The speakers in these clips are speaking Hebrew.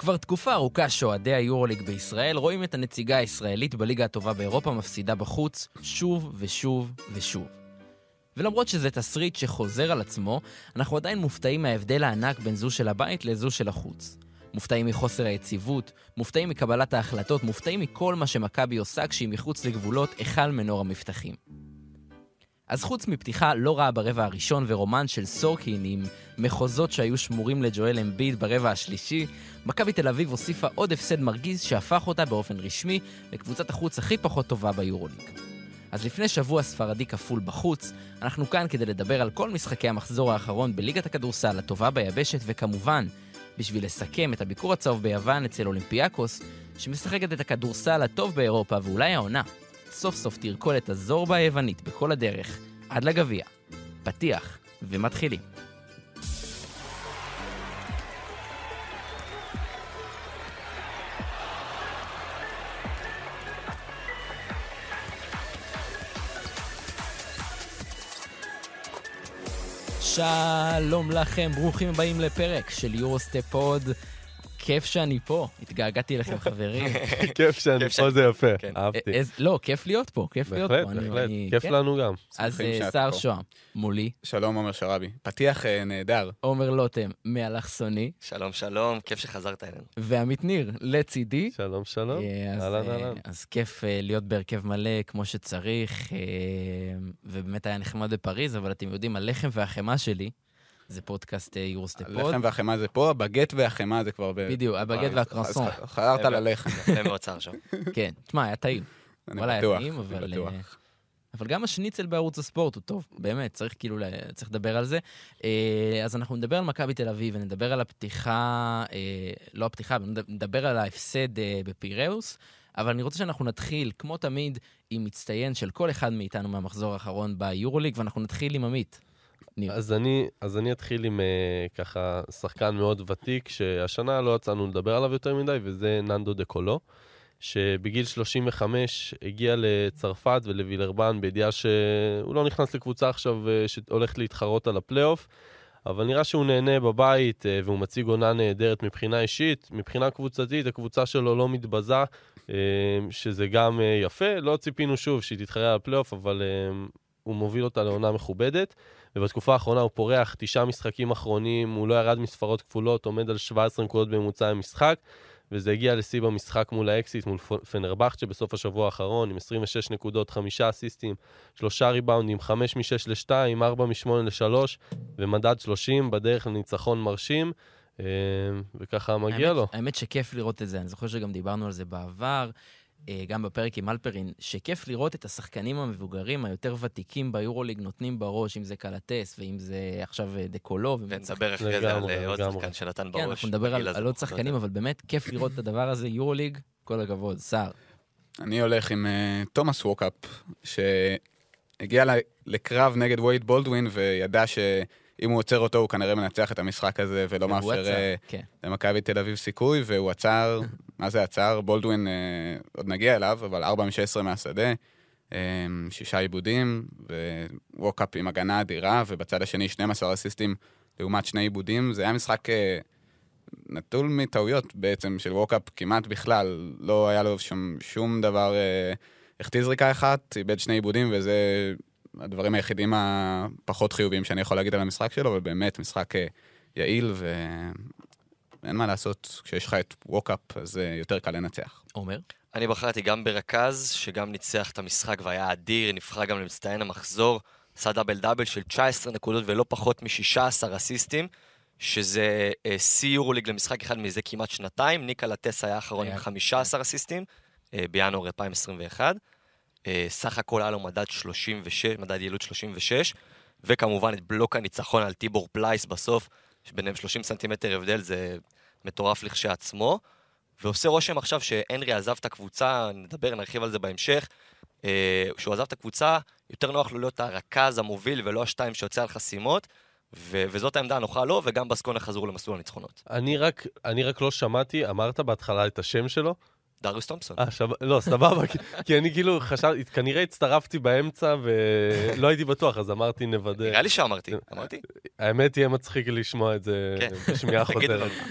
כבר תקופה ארוכה שאוהדי היורוליג בישראל רואים את הנציגה הישראלית בליגה הטובה באירופה מפסידה בחוץ שוב ושוב ושוב. ולמרות שזה תסריט שחוזר על עצמו, אנחנו עדיין מופתעים מההבדל הענק בין זו של הבית לזו של החוץ. מופתעים מחוסר היציבות, מופתעים מקבלת ההחלטות, מופתעים מכל מה שמכבי עושה כשהיא מחוץ לגבולות אחד מנור המבטחים. אז חוץ מפתיחה לא רעה ברבע הראשון ורומן של סורקין עם מחוזות שהיו שמורים לג'ואל אמביד ברבע השלישי, מכבי תל אביב הוסיפה עוד הפסד מרגיז שהפך אותה באופן רשמי לקבוצת החוץ הכי פחות טובה ביורוליג. אז לפני שבוע ספרדי כפול בחוץ, אנחנו כאן כדי לדבר על כל משחקי המחזור האחרון בליגת הכדורסל הטובה ביבשת, וכמובן, בשביל לסכם את הביקור הצהוב ביוון אצל אולימפיאקוס, שמשחקת את הכדורסל הטוב באירופה ואולי העונה. סוף סוף תרקול את הזורבה היוונית בכל הדרך, עד לגביע. פתיח, ומתחילים. שלום לכם, ברוכים הבאים לפרק של יורוסטפ פוד. כיף שאני פה, התגעגעתי לכם חברים. כיף שאני פה, זה יפה, אהבתי. לא, כיף להיות פה, כיף להיות פה. בהחלט, כיף לנו גם. אז שר שוהם, מולי. שלום עומר שרבי, פתיח נהדר. עומר לוטם, מאלכסוני. שלום שלום, כיף שחזרת אלינו. ועמית ניר, לצידי. שלום שלום, אהלן. אז כיף להיות בהרכב מלא כמו שצריך, ובאמת היה נחמד בפריז, אבל אתם יודעים, הלחם והחמה שלי, זה פודקאסט יורוסטפ פוד. הלחם והחמה זה פה, הבגט והחמה זה כבר... בדיוק, הבגט והקרסון. חזרת ללחם. יפה מאוד צער שם. כן, תשמע, היה טעים. אני וואלה, בטוח, היה טעים, אני בטוח. אבל גם השניצל בערוץ הספורט הוא טוב, באמת, צריך לדבר על זה. אז אנחנו נדבר על מכבי תל אביב, ונדבר על הפתיחה, לא הפתיחה, נדבר על ההפסד בפיראוס, אבל אני רוצה שאנחנו נתחיל, כמו תמיד, עם מצטיין של כל אחד מאיתנו מהמחזור האחרון ביורוליג, ואנחנו נתחיל עם עמית. אז אני אתחיל עם ככה שחקן מאוד ותיק, שהשנה לא יצאנו לדבר עליו יותר מדי, וזה ננדו דקולו, שבגיל 35 הגיע לצרפת ולווילרבן, בידיעה שהוא לא נכנס לקבוצה עכשיו שהולכת להתחרות על הפלייאוף, אבל נראה שהוא נהנה בבית, והוא מציג עונה נהדרת מבחינה אישית, מבחינה קבוצתית, הקבוצה שלו לא מתבזה, שזה גם יפה, לא ציפינו שוב שהיא תתחרה על הפלייאוף, אבל הוא מוביל אותה לעונה מכובדת, ובתקופה האחרונה הוא פורח 9 משחקים אחרונים, הוא לא ירד מספרות כפולות, עומד על 17 נקודות בממוצע המשחק, וזה הגיע לשיא במשחק מול האקסיט, מול פנרבכצ'ה בסוף השבוע האחרון, עם 26 נקודות, 5 אסיסטים, 3 ריבאונדים, 5 מ-6 ל-2, 4 מ-8 ל-3, ומדד 30 בדרך לניצחון מרשים, וככה מגיע לו. האמת שכיף לראות את זה, אני זוכר שגם דיברנו על זה בעבר, גם בפרק עם אלפרין, שכיף לראות את השחקנים המבוגרים היותר ותיקים ביורוליג נותנים בראש, אם זה קלטס ואם זה עכשיו דקולו. ונדבר אחרי זה על עוד שחקן שנתן בראש. כן, אנחנו נדבר על עוד שחקנים, אבל באמת כיף לראות את הדבר הזה, יורוליג, כל הכבוד, שר. אני הולך עם תומאס ווקאפ, שהגיע לקרב נגד וייד בולדווין, וידע שאם הוא עוצר אותו, הוא כנראה מנצח את המשחק הזה, ולא מאפשר למכבי תל אביב סיכוי, והוא עצר, מה זה עצר? בולדווין, עוד נגיע אליו, אבל 4 מ-16 מהשדה, 6 עיבודים, וווקאפ עם הגנה אדירה, ובצד השני 12 אסיסטים לעומת 2 עיבודים. זה היה משחק נטול מטעויות בעצם של ווקאפ כמעט בכלל, לא היה לו שום דבר, החטיא זריקה אחת, איבד 2 עיבודים, וזה הדברים היחידים הפחות חיוביים שאני יכול להגיד על המשחק שלו, אבל באמת משחק יעיל ואין מה לעשות, כשיש לך את ווקאפ, אז יותר קל לנצח. עומר? אני בחרתי גם ברכז, שגם ניצח את המשחק והיה אדיר, נבחר גם למצטיין המחזור, עשה דאבל של 19 נקודות ולא פחות מ-16 אסיסטים, שזה סי יורוליג למשחק אחד מזה כמעט שנתיים, ניקה לטס היה האחרון עם 15 אסיסטים, בינואר 2021, סך הכל היה לו מדד 36, מדד יעילות 36, וכמובן את בלוק הניצחון על טיבור פלייס בסוף, שביניהם 30 סנטימטר הבדל, זה מטורף לכשעצמו, ועושה רושם עכשיו שהנרי עזב את הקבוצה, נרחיב על זה בהמשך, שהוא עזב את הקבוצה, יותר נוח לו להיות הרכז המוביל ולא השתיים שיוצא על חסימות, וזאת העמדה הנוחה לו, וגם בסקונה חזרו למסלול הניצחונות. אני רק לא שמעתי, אמרת בהתחלה את השם שלו? דריוס תומפסון. לא, סבבה, כי אני כאילו חשבתי, כנראה הצטרפתי באמצע ולא הייתי בטוח, אז אמרתי נוודא. נראה לי שאמרתי. האמת יהיה מצחיק לשמוע את זה בשמיעה חוזרת.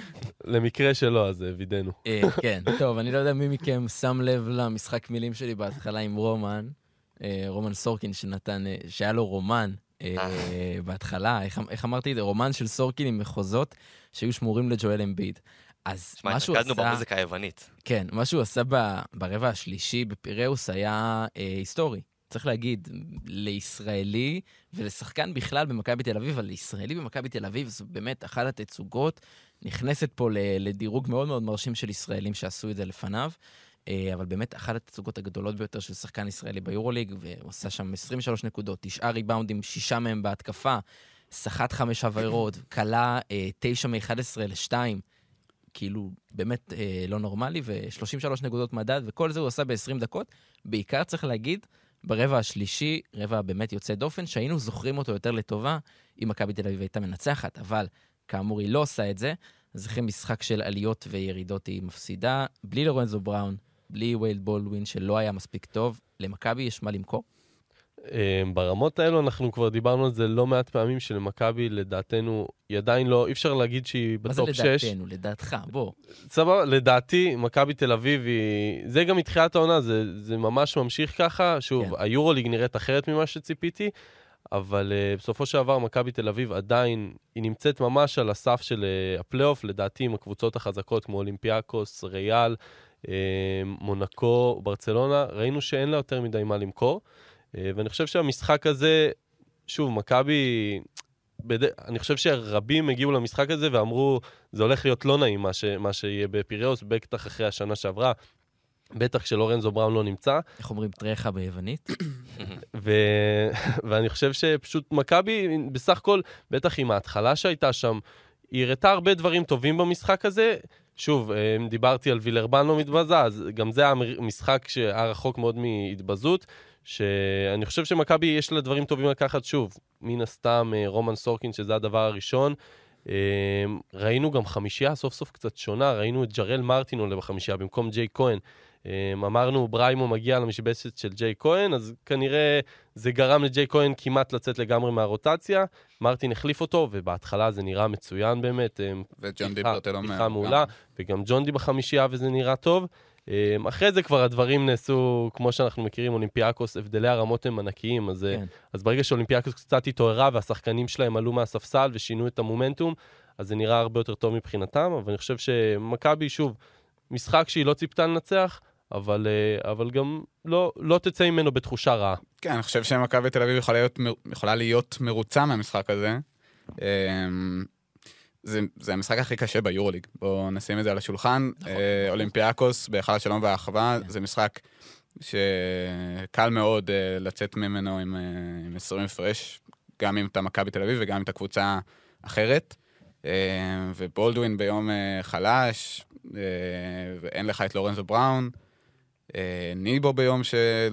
למקרה שלא, אז וידאנו. כן, טוב, אני לא יודע מי מכם שם לב למשחק מילים שלי בהתחלה עם רומן סורקין שהיה לו רומן בהתחלה, איך אמרתי את זה? רומן של סורקין עם מחוזות שהיו שמורים לג'ואל אמביד. אז מה שהוא עשה... התמקדנו במוזיקה היוונית. כן, מה שהוא עשה ברבע השלישי בפיראוס היה היסטורי. צריך להגיד, לישראלי ולשחקן בכלל במכבי תל אביב, אבל לישראלי במכבי תל אביב זו באמת אחת התצוגות, נכנסת פה לדירוג מאוד מאוד מרשים של ישראלים שעשו את זה לפניו, אבל באמת אחת התצוגות הגדולות ביותר של שחקן ישראלי ביורוליג, והוא עשה שם 23 נקודות, 9 ריבאונדים, 6 מהם בהתקפה, שחט 5 עבירות, קלה 9 מ-11 ל-2, כאילו באמת לא נורמלי, ו-33 נקודות מדד, וכל זה הוא עשה ב-20 דקות. בעיקר צריך להגיד, ברבע השלישי, רבע באמת יוצא דופן, שהיינו זוכרים אותו יותר לטובה, אם מכבי תל אביב הייתה מנצחת, אבל כאמור היא לא עושה את זה, אז אחרי משחק של עליות וירידות היא מפסידה, בלי לורנזו בראון, בלי ווילד בולדווין שלא היה מספיק טוב, למכבי יש מה למכור? ברמות האלו אנחנו כבר דיברנו על זה לא מעט פעמים, שלמכבי לדעתנו היא עדיין לא, אי אפשר להגיד שהיא בטופ 6. מה זה לדעתנו? לדעתך, בוא. סבבה, לדעתי מכבי תל אביב זה גם מתחילת העונה, זה ממש ממשיך ככה, שוב, כן. היורוליג נראית אחרת ממה שציפיתי, אבל בסופו של דבר מכבי תל אביב עדיין, היא נמצאת ממש על הסף של הפלייאוף, לדעתי עם הקבוצות החזקות כמו אולימפיאקוס, ריאל, מונקו, ברצלונה, ראינו שאין לה יותר מדי מה למכור, ואני חושב שהמשחק הזה, שוב, מכבי, אני חושב שרבים הגיעו למשחק הזה ואמרו, זה הולך להיות לא נעים מה שיהיה בפיראוס, בטח אחרי השנה שעברה, בטח שלורנזו בראון לא נמצא. איך אומרים טרחה ביוונית? ואני חושב שפשוט מכבי, בסך הכל, בטח עם ההתחלה שהייתה שם, היא הראתה הרבה דברים טובים במשחק הזה. שוב, דיברתי על וילרבן לא מתבזה, אז גם זה המשחק שהיה רחוק מאוד מהתבזות, שאני חושב שמכבי יש לה דברים טובים לקחת, שוב, מן הסתם רומן סורקין, שזה הדבר הראשון. ראינו גם חמישייה, סוף סוף קצת שונה, ראינו את ג'רל מרטין עולה בחמישייה, במקום ג'יי כהן. אמרנו, בריימו מגיע למשבצת של ג'יי כהן, אז כנראה זה גרם לג'יי כהן כמעט לצאת לגמרי מהרוטציה. מרטין החליף אותו, ובהתחלה זה נראה מצוין באמת. וג'ון די ברטלו מעולה, וגם ג'ון די בחמישייה, וזה נראה טוב. אחרי זה כבר הדברים נעשו, כמו שאנחנו מכירים, אולימפיאקוס, הבדלי הרמות הם ענקיים, אז ברגע שאולימפיאקוס קצת התעוררה, והשחקנים שלהם עלו מהספסל ושינו את המומנטום, אז זה נראה הרבה יותר טוב מבחינתם, אבל אני חושב שמכבי, שוב, משחק שהיא לא ציפתה לנצח, אבל גם לא תצא ממנו בתחושה רעה. כן, אני חושב שמכבי תל אביב יכולה להיות מרוצה מהמשחק הזה. זה המשחק הכי קשה ביורוליג. בואו נשים את זה על השולחן. אולימפיאקוס, בהיכל השלום והאחווה, זה משחק שקל מאוד לצאת ממנו עם 20 הפרש, גם אם אתה מכבי תל אביב וגם אם אתה קבוצה אחרת. ובולדווין ביום חלש, ואין לך את לורנזו בראון. ניבו ביום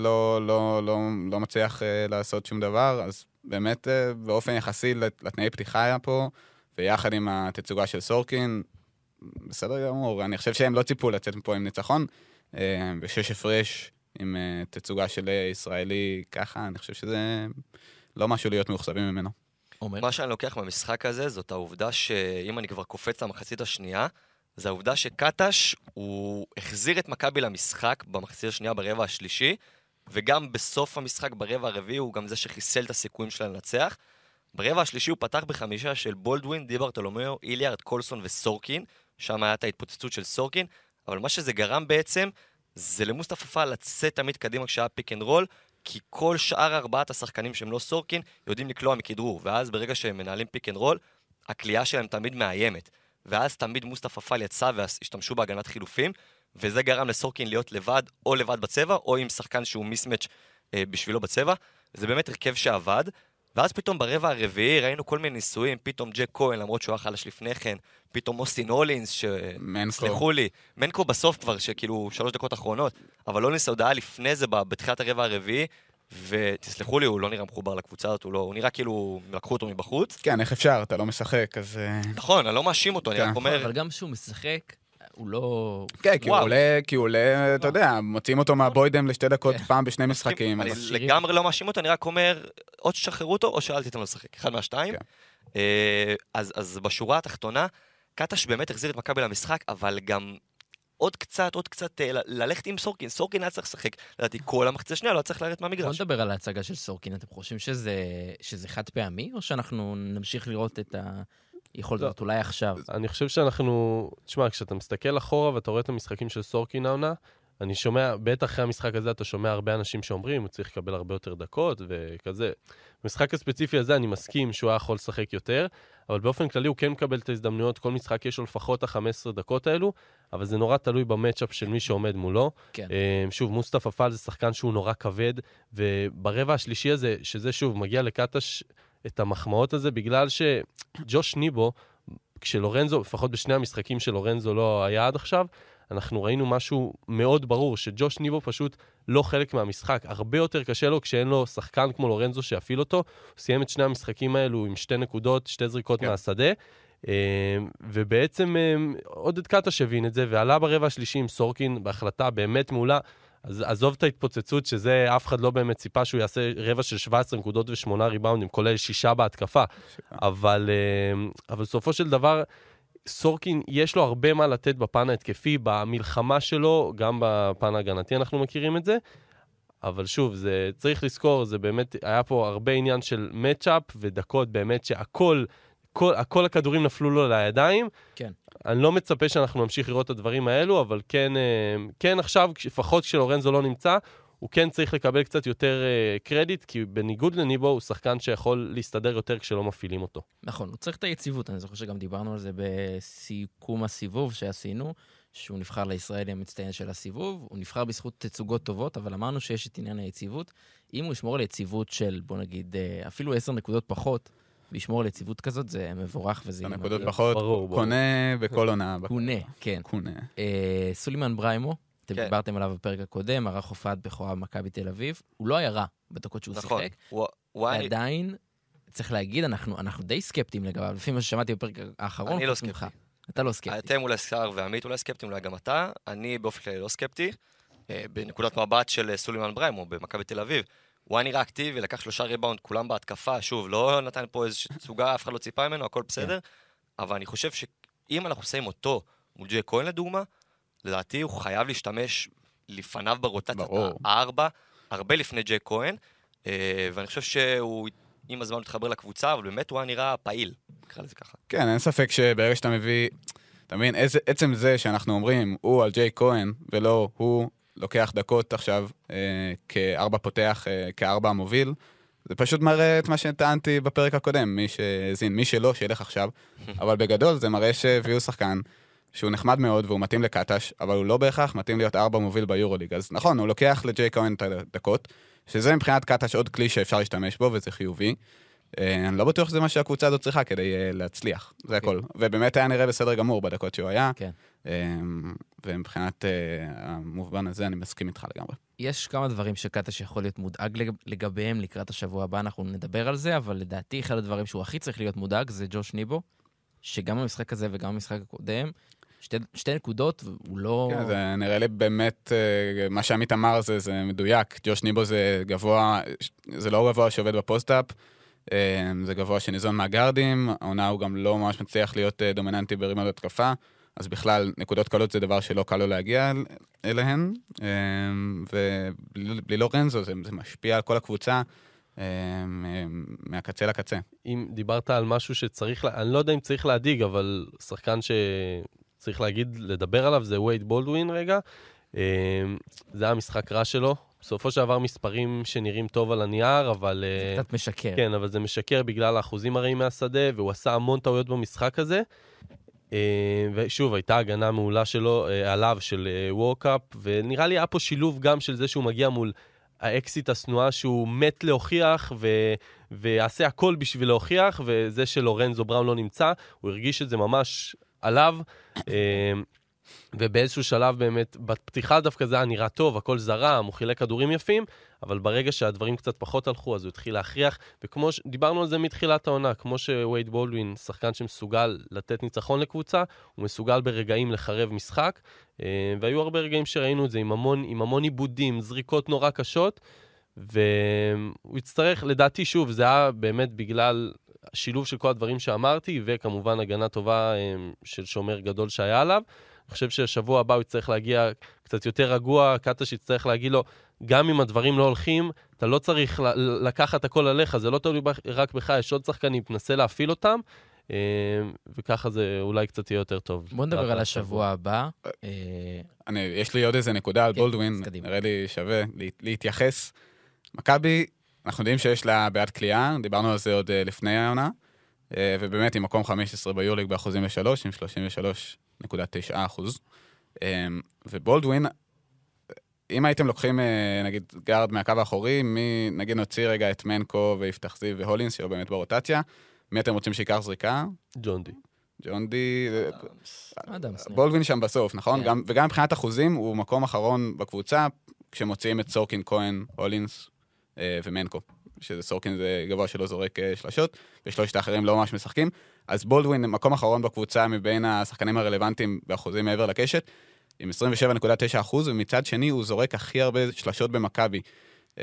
לא מצליח לעשות שום דבר, אז באמת באופן יחסי לתנאי פתיחה היה פה, ויחד עם התצוגה של סורקין, בסדר גמור, אני חושב שהם לא ציפו לצאת פה עם ניצחון, ב6 הפרש עם תצוגה של ישראלי ככה, אני חושב שזה לא משהו להיות מאוכזבים ממנו. מה שאני לוקח מהמשחק הזה, זאת העובדה שאם אני כבר קופץ למחצית השנייה, זה העובדה שקטש הוא החזיר את מכבי למשחק במחצית השנייה ברבע השלישי, וגם בסוף המשחק ברבע הרביעי הוא גם זה שחיסל את הסיכויים שלה לנצח. ברבע השלישי הוא פתח בחמישה של בולדווין, די ברטולומיאו, איליארד, קולסון וסורקין, שם היה את ההתפוצצות של סורקין, אבל מה שזה גרם בעצם, זה למוסטפא פעל לצאת תמיד קדימה כשהיה פיק אנד רול, כי כל שאר ארבעת השחקנים שהם לא סורקין יודעים לקלוע מכדרור, ואז ברגע שהם מנהלים פיק אנד רול, הקליעה שלהם תמיד מאיימת. ואז תמיד מוסטפא פעל יצא והשתמשו בהגנת חילופים, וזה גרם לסורקין להיות לבד, או לבד בצבע, או עם שחקן שהוא מיסמץ' בשבילו בצבע. זה באמת הרכב שעבד, ואז פתאום ברבע הרביעי ראינו כל מיני ניסויים, פתאום ג'ק כהן, למרות שהוא היה חלש לפני כן, פתאום אוסטין הולינס, סלחו לי, מנקו בסוף כבר, שכאילו 3 דקות אחרונות, אבל הולינס הודעה לפני זה בתחילת הרבע הרביעי, ותסלחו לי, הוא לא נראה מחובר לקבוצה הזאת, הוא נראה כאילו לקחו אותו מבחוץ. כן, איך אפשר? אתה לא משחק, אז... נכון, אני לא מאשים אותו, אני רק אומר... אבל גם שהוא משחק, הוא לא... כן, כי הוא עולה, אתה יודע, מוצאים אותו מהבוידם ל2 דקות פעם בשני משחקים. אני לגמרי לא מאשים אותו, אני רק אומר, או ששחררו אותו, או שאל תיתן לו לשחק, אחד מהשתיים. אז בשורה התחתונה, קטש באמת החזיר את מכבי למשחק, אבל גם עוד קצת ללכת עם סורקין. סורקין היה צריך לשחק, לדעתי, כל המחצית השנייה לא צריך לרדת מהמגרש. בוא נדבר על ההצגה של סורקין. אתם חושבים שזה חד פעמי, או שאנחנו נמשיך לראות את היכולת הזאת אולי עכשיו? אני חושב שאנחנו... תשמע, כשאתה מסתכל אחורה ואתה רואה את המשחקים של סורקין העונה, אני שומע, בטח אחרי המשחק הזה אתה שומע הרבה אנשים שאומרים, הוא צריך לקבל הרבה יותר דקות וכזה. במשחק הספציפי הזה אני מסכים שהוא היה יכול לשחק יותר, אבל באופן כללי הוא כן מקבל את ההזדמנויות, כל משחק יש לו לפחות ה-15 דקות האלו, אבל זה נורא תלוי במאצ'אפ של מי שעומד מולו. כן. שוב, מוסטפא פאל זה שחקן שהוא נורא כבד, וברבע השלישי הזה, שזה שוב מגיע לקטש את המחמאות הזה, בגלל שג'וש ניבו, כשלורנזו, לפחות בשני המשחקים של לורנזו לא היה עד עכשיו, אנחנו ראינו משהו מאוד ברור, שג'וש ניבו פשוט לא חלק מהמשחק. הרבה יותר קשה לו כשאין לו שחקן כמו לורנזו שיפיל אותו. הוא סיים את שני המשחקים האלו עם 2 נקודות, 2 זריקות מהשדה. ובעצם עודד קטש הבין את זה, ועלה ברבע השלישי עם סורקין בהחלטה באמת מעולה. אז עזוב את ההתפוצצות, שזה אף אחד לא באמת ציפה שהוא יעשה רבע של 17 נקודות ו8 ריבאונדים, כולל 6 בהתקפה. אבל בסופו של דבר, סורקין יש לו הרבה מה לתת בפן ההתקפי, במלחמה שלו, גם בפן ההגנתי אנחנו מכירים את זה, אבל שוב, זה צריך לזכור, זה באמת, היה פה הרבה עניין של מאצ'אפ ודקות, באמת שהכל, כל הכדורים נפלו לו לידיים. כן. אני לא מצפה שאנחנו נמשיך לראות את הדברים האלו, אבל כן עכשיו, לפחות כשלורנזו לא נמצא, הוא כן צריך לקבל קצת יותר קרדיט, כי בניגוד לניבו הוא שחקן שיכול להסתדר יותר כשלא מפעילים אותו. נכון, הוא צריך את היציבות, אני זוכר שגם דיברנו על זה בסיכום הסיבוב שעשינו, שהוא נבחר לישראלי המצטיין של הסיבוב, הוא נבחר בזכות תצוגות טובות, אבל אמרנו שיש את עניין היציבות. אם הוא ישמור על יציבות של, בוא נגיד, אפילו 10 נקודות פחות, וישמור על יציבות כזאת, זה מבורך וזה... 10 נקודות פחות, קונה בכל עונה. קונה, כן. קונה. סולימן בריימו, אתם דיברתם עליו בפרק הקודם, ערך הופעת בכורה במכבי תל אביב, הוא לא היה רע בדקות שהוא שיחק, ועדיין, צריך להגיד, אנחנו די סקפטיים לגביו, לפי מה ששמעתי בפרק האחרון, אני לא סקפטי. אתה לא סקפטי. אתם אולי סער ועמית אולי סקפטיים, אולי גם אתה, אני באופן כללי לא סקפטי, בנקודת מבט של סולימן בריימו במכבי תל אביב, הוא היה נראה אקטיבי, לקח 3 ריבאונד, כולם בהתקפה, שוב, לא נתן פה איזושהי תצוגה, אף אחד לא ציפה ממנו, הכל בסדר, אבל אני חושב שאם אנחנו שמים אותו מול ג'יי כהן לדוגמה, לדעתי הוא חייב להשתמש לפניו ברוטציית ה4, הרבה לפני ג'יי כהן, ואני חושב שהוא עם הזמן מתחבר לקבוצה, אבל באמת הוא היה נראה פעיל, נקרא לזה ככה. כן, אין ספק שברגע שאתה מביא, אתה מבין, עצם זה שאנחנו אומרים, הוא על ג'יי כהן, ולא הוא לוקח דקות עכשיו כארבע פותח, כארבע מוביל, זה פשוט מראה את מה שטענתי בפרק הקודם, מי שזין, מי שלא, שילך עכשיו, אבל בגדול זה מראה שהביאו שחקן, שהוא נחמד מאוד והוא מתאים לקטש, אבל הוא לא בהכרח מתאים להיות 4 מוביל ביורוליג. אז נכון, הוא לוקח לג'יי כהן את הדקות, שזה מבחינת קטש עוד כלי שאפשר להשתמש בו, וזה חיובי. אני לא בטוח שזה מה שהקבוצה הזאת צריכה כדי להצליח, זה הכל. ובאמת היה נראה בסדר גמור בדקות שהוא היה, ומבחינת המובן הזה אני מסכים איתך לגמרי. יש כמה דברים שקטש יכול להיות מודאג לגביהם לקראת השבוע הבא, אנחנו נדבר על זה, אבל לדעתי אחד הדברים שהוא הכי צריך להיות מודאג זה ג'וש ניבו, שגם במשחק הזה וגם במשחק הקודם, שתי נקודות, הוא לא... כן, זה נראה לי באמת, מה שעמית אמר זה מדויק. ג'וש ניבו זה גבוה, זה לא גבוה שעובד בפוסט-אפ, זה גבוה שניזון מהגארדים, העונה הוא גם לא ממש מצליח להיות דומיננטי ברימות התקפה, אז בכלל נקודות קלות זה דבר שלא קל לו להגיע אליהן, ובלי לורנזו זה משפיע על כל הקבוצה, מהקצה לקצה. אם דיברת על משהו שצריך, אני לא יודע אם צריך להדיג, אבל שחקן שצריך לדבר עליו זה וייד בולדווין רגע. זה היה משחק רע שלו. בסופו של דבר מספרים שנראים טוב על הנייר, אבל... זה קצת משקר. כן, אבל זה משקר בגלל האחוזים הרעים מהשדה, והוא עשה המון טעויות במשחק הזה. ושוב, הייתה הגנה מעולה שלו, עליו של וורקאפ, ונראה לי היה פה שילוב גם של זה שהוא מגיע מול האקסיט הסנועה שהוא מת להוכיח, ויעשה הכל בשביל להוכיח, וזה שלורנזו בראון לא נמצא, הוא הרגיש את זה ממש עליו, ובאיזשהו שלב באמת, בפתיחה דווקא זה היה נראה טוב, הכל זרם, הוא חילק כדורים יפים, אבל ברגע שהדברים קצת פחות הלכו, אז הוא התחיל להכריח, וכמו דיברנו על זה מתחילת העונה, כמו שווייד בולדווין, שחקן שמסוגל לתת ניצחון לקבוצה, הוא מסוגל ברגעים לחרב משחק, והיו הרבה רגעים שראינו את זה עם המון עיבודים, זריקות נורא קשות, והוא יצטרך, לדעתי שוב, זה היה באמת בגלל שילוב של כל הדברים שאמרתי, וכמובן הגנה טובה של שומר גדול שהיה עליו. אני חושב שהשבוע הבא הוא יצטרך להגיע קצת יותר רגוע, קטש יצטרך להגיד לו, גם אם הדברים לא הולכים, אתה לא צריך לקחת הכל עליך, זה לא טוב רק בך, יש עוד שחקנים, תנסה להפעיל אותם, וככה זה אולי קצת יהיה יותר טוב. בוא נדבר על השבוע הבא. יש לי עוד איזה נקודה על בולדווין, נראה לי שווה להתייחס. מכבי, אנחנו יודעים שיש לה בעד קליעה, דיברנו על זה עוד לפני העונה, ובאמת עם מקום 15 ביורליג באחוזים ל-3, עם 33.9%. ובולדווין, אם הייתם לוקחים, נגיד, גארד מהקו האחורי, נגיד נוציא רגע את מנקו ויפתח זיו והולינס, שלא באמת ברוטציה, מי אתם רוצים שיקח זריקה? ג'ון די. בולדווין שם בסוף, נכון? וגם מבחינת אחוזים, הוא מקום אחרון בקבוצה, כשמוציאים את סורקין, כהן, הולינס ומנקו. שזה סורקין זה גבוה שלא זורק שלשות, ושלושת האחרים לא ממש משחקים. אז בולדווין, מקום אחרון בקבוצה מבין השחקנים הרלוונטיים באחוזים מעבר לקשת, עם 27.9%, ומצד שני הוא זורק הכי הרבה שלשות במכבי. 8.6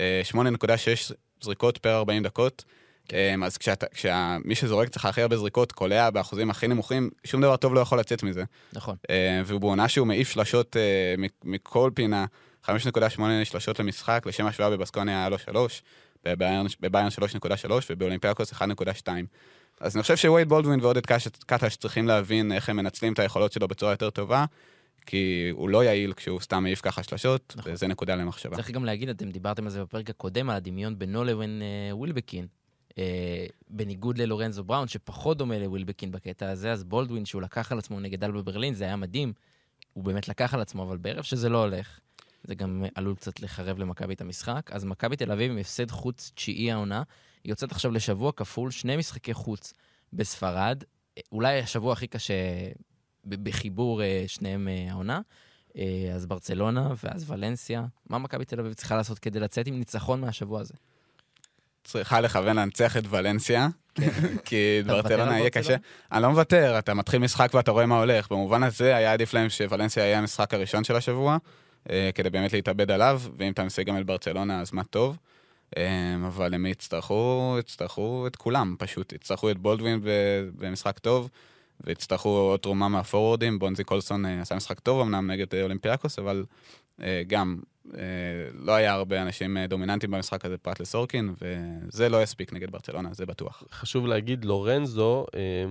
זריקות פר 40 דקות. אז כשמי שזורק צריך הכי הרבה זריקות, קולע באחוזים הכי נמוכים, שום דבר טוב לא יכול לצאת מזה. נכון. והוא בעונה שהוא מעיף שלשות מכל פינה, 5.8 שלשות למשחק, לשם השוואה בבסקוניה היה לו 3, בביירן 3.3 ובאולימפיאקוס 1.2. אז אני חושב שווייד בולדווין ועוד את קטש צריכים להבין איך הם מנצלים את היכולות שלו בצורה יותר טובה, כי הוא לא יעיל כשהוא סתם מעיף ככה שלשות, נכון. וזה נקודה למחשבה. צריך גם להגיד, אתם דיברתם על זה בפרק הקודם, על הדמיון בינו לבין ווילבקין, בניגוד ללורנזו בראון, שפחות דומה לווילבקין בקטע הזה, אז בולדווין שהוא לקח על עצמו נגד אלבה ברלין, זה היה מדהים, הוא באמת לקח על עצמו, אבל בערב שזה לא הולך, זה גם עלול קצת לחרב למכבי את המשחק, אז מכבי תל אביב עם הפסד חוץ 9 העונה, היא יוצאת עכשיו לשבוע כפול, 2 משחקי חוץ בספרד, אולי השבוע הכי קשה בחיבור שניהם העונה, אז ברצלונה ואז ולנסיה, מה מכבי תל אביב צריכה לעשות כדי לצאת עם ניצחון מהשבוע הזה? צריכה לכוון להנצח את ולנסיה, כי ברצלונה יהיה קשה. אני לא מוותר, אתה מתחיל משחק ואתה רואה מה הולך. במובן הזה היה עדיף להם שוולנסיה היה המשחק הראשון של השבוע, כדי באמת להתאבד עליו, ואם אתה משיג גם את ברצלונה, אז מה טוב. אבל הם יצטרכו את כולם, פשוט. יצטרכו את בולדווין במשחק טוב, והצטרכו עוד תרומה מהפורורדים. בונזי קולסון עשה משחק טוב, אמנם נגד אולימפיאקוס, אבל גם לא היה הרבה אנשים דומיננטיים במשחק הזה פרט לסורקין, וזה לא יספיק נגד ברצלונה, זה בטוח. חשוב להגיד, לורנזו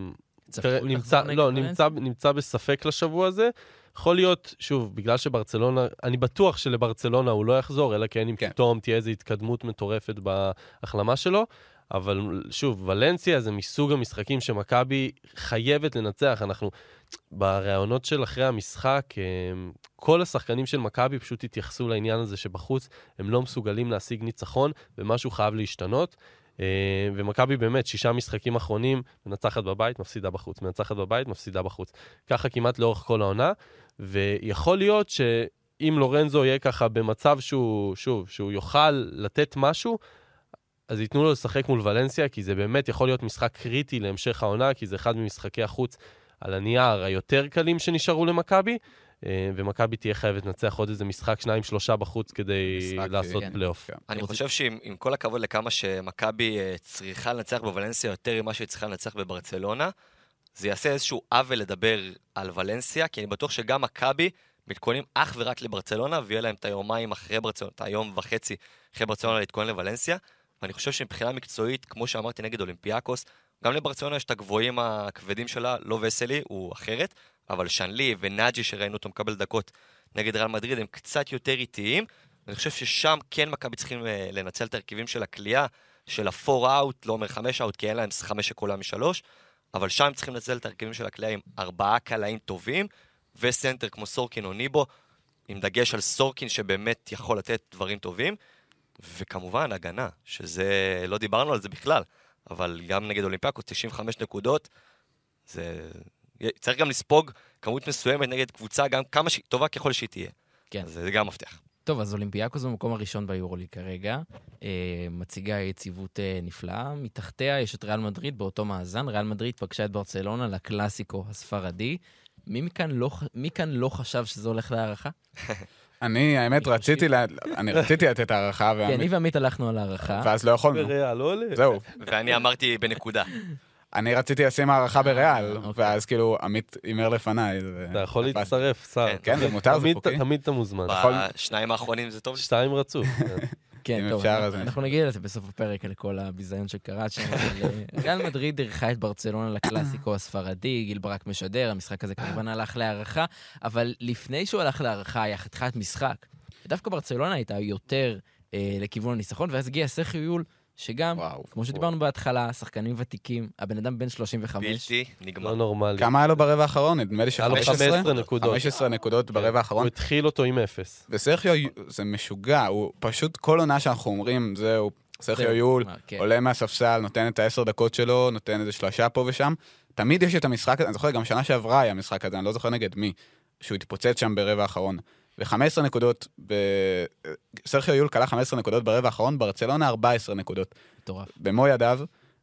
נמצא בספק לשבוע הזה. יכול להיות, שוב, בגלל שברצלונה, אני בטוח שלברצלונה הוא לא יחזור, אלא כן אם פתאום תהיה איזו התקדמות מטורפת בהחלמה שלו, אבל שוב, ולנסיה זה מסוג המשחקים שמכבי חייבת לנצח. אנחנו, ברעיונות של אחרי המשחק, כל השחקנים של מכבי פשוט התייחסו לעניין הזה שבחוץ הם לא מסוגלים להשיג ניצחון, ומשהו חייב להשתנות. ומכבי באמת 6 משחקים אחרונים, מנצחת בבית, מפסידה בחוץ, מנצחת בבית, מפסידה בחוץ. ככה כמעט לאורך כל העונה, ויכול להיות שאם לורנזו יהיה ככה במצב שהוא יוכל לתת משהו, אז ייתנו לו לשחק מול ולנסיה, כי זה באמת יכול להיות משחק קריטי להמשך העונה, כי זה אחד ממשחקי החוץ על הנייר היותר קלים שנשארו למכבי, ומכבי תהיה חייבת לנצח עוד איזה משחק 2-3 בחוץ כדי לעשות פלייאוף. אני חושב שעם כל הכבוד לכמה שמכבי צריכה לנצח בוולנסיה יותר ממה שהיא צריכה לנצח בברצלונה, זה יעשה איזשהו עוול לדבר על ולנסיה, כי אני בטוח שגם מכבי מתכוננים אך ורק לברצלונה, ויהיה להם את היומיים אחרי ברצלונה, את היום וחצי אחרי ברצלונה להתכונן לוולנסיה, ואני חושב שמבחינה מקצועית, כמו שאמרתי נגד אולימפיאקוס, גם לברצלונה יש את הגבוהים הכבדים שלה, לא וסלי, הוא אחרת, אבל שנלי ונאג'י שראינו אותו מקבל דקות נגד ריאל מדריד, הם קצת יותר איטיים, ואני חושב ששם כן מכבי צריכים לנצל את הרכיבים של הקליעה, של ה-4 out, לא אומר 5 out, כי אין להם 5 שקולה מ3, אבל שם הם צריכים לנצל את הרכיבים של הקליעה עם 4 קלעים טובים, וסנטר כמו סורקין או ניבו, עם דגש על סורקין שבאמת יכול לתת דברים טובים, וכמובן הגנה, שזה, לא דיברנו על זה בכלל, אבל גם נגד אולימפיאקוס 95 נקודות, זה צריך גם לספוג כמות מסוימת נגד קבוצה, גם כמה טובה ככל שהיא תהיה. כן. אז זה גם מפתח. טוב, אז אולימפיאקוס במקום הראשון ביורוליג כרגע, מציגה יציבות נפלאה, מתחתיה יש את ריאל מדריד באותו מאזן, ריאל מדריד פגשה את ברצלונה לקלאסיקו הספרדי, מי כאן לא חשב שזה הולך להערכה? אני, האמת, רציתי לתת הערכה. כן, אני ועמית הלכנו על הערכה. ואז לא יכולנו. בריאל, לא עולה. זהו. ואני אמרתי בנקודה. אני רציתי לשים הערכה בריאל, ואז כאילו עמית אימר לפניי. אתה יכול להצטרף, שר. כן, זה מותר, זה חוקי. תמיד אתה מוזמן. בשניים האחרונים זה טוב. 2 רצוף. כן, טוב, אנחנו נגיע לזה בסוף הפרק, לכל הביזיון שקרה שם. ריאל מדריד אירחה את ברצלונה לקלאסיקו הספרדי, גיל ברק משדר, המשחק הזה כמובן הלך להערכה, אבל לפני שהוא הלך להערכה, היה חתיכת משחק. דווקא ברצלונה הייתה יותר לכיוון הניצחון, ואז הגיע סרחיו יול, שגם, כמו שדיברנו בהתחלה, שחקנים ותיקים, הבן אדם בן 35. בלתי, נגמר. לא נורמלי. כמה היה לו ברבע האחרון? נדמה לי היה לו 15 נקודות. 15 נקודות ברבע האחרון. הוא התחיל אותו עם 0. וסרחיו, זה משוגע, הוא פשוט כל עונה שאנחנו אומרים, זהו, סרחיו יול, עולה מהספסל, נותן את 10 דקות שלו, נותן איזה 3 פה ושם. תמיד יש את המשחק הזה, אני זוכר, גם שנה שעברה היה המשחק הזה, אני לא זוכר נגד מי, שהוא התפוצץ שם ברבע האחרון. ו-15 נקודות, סרחיו יול קלה 15 נקודות ברבע האחרון, ברצלונה 14 נקודות. מטורף. במו ידיו.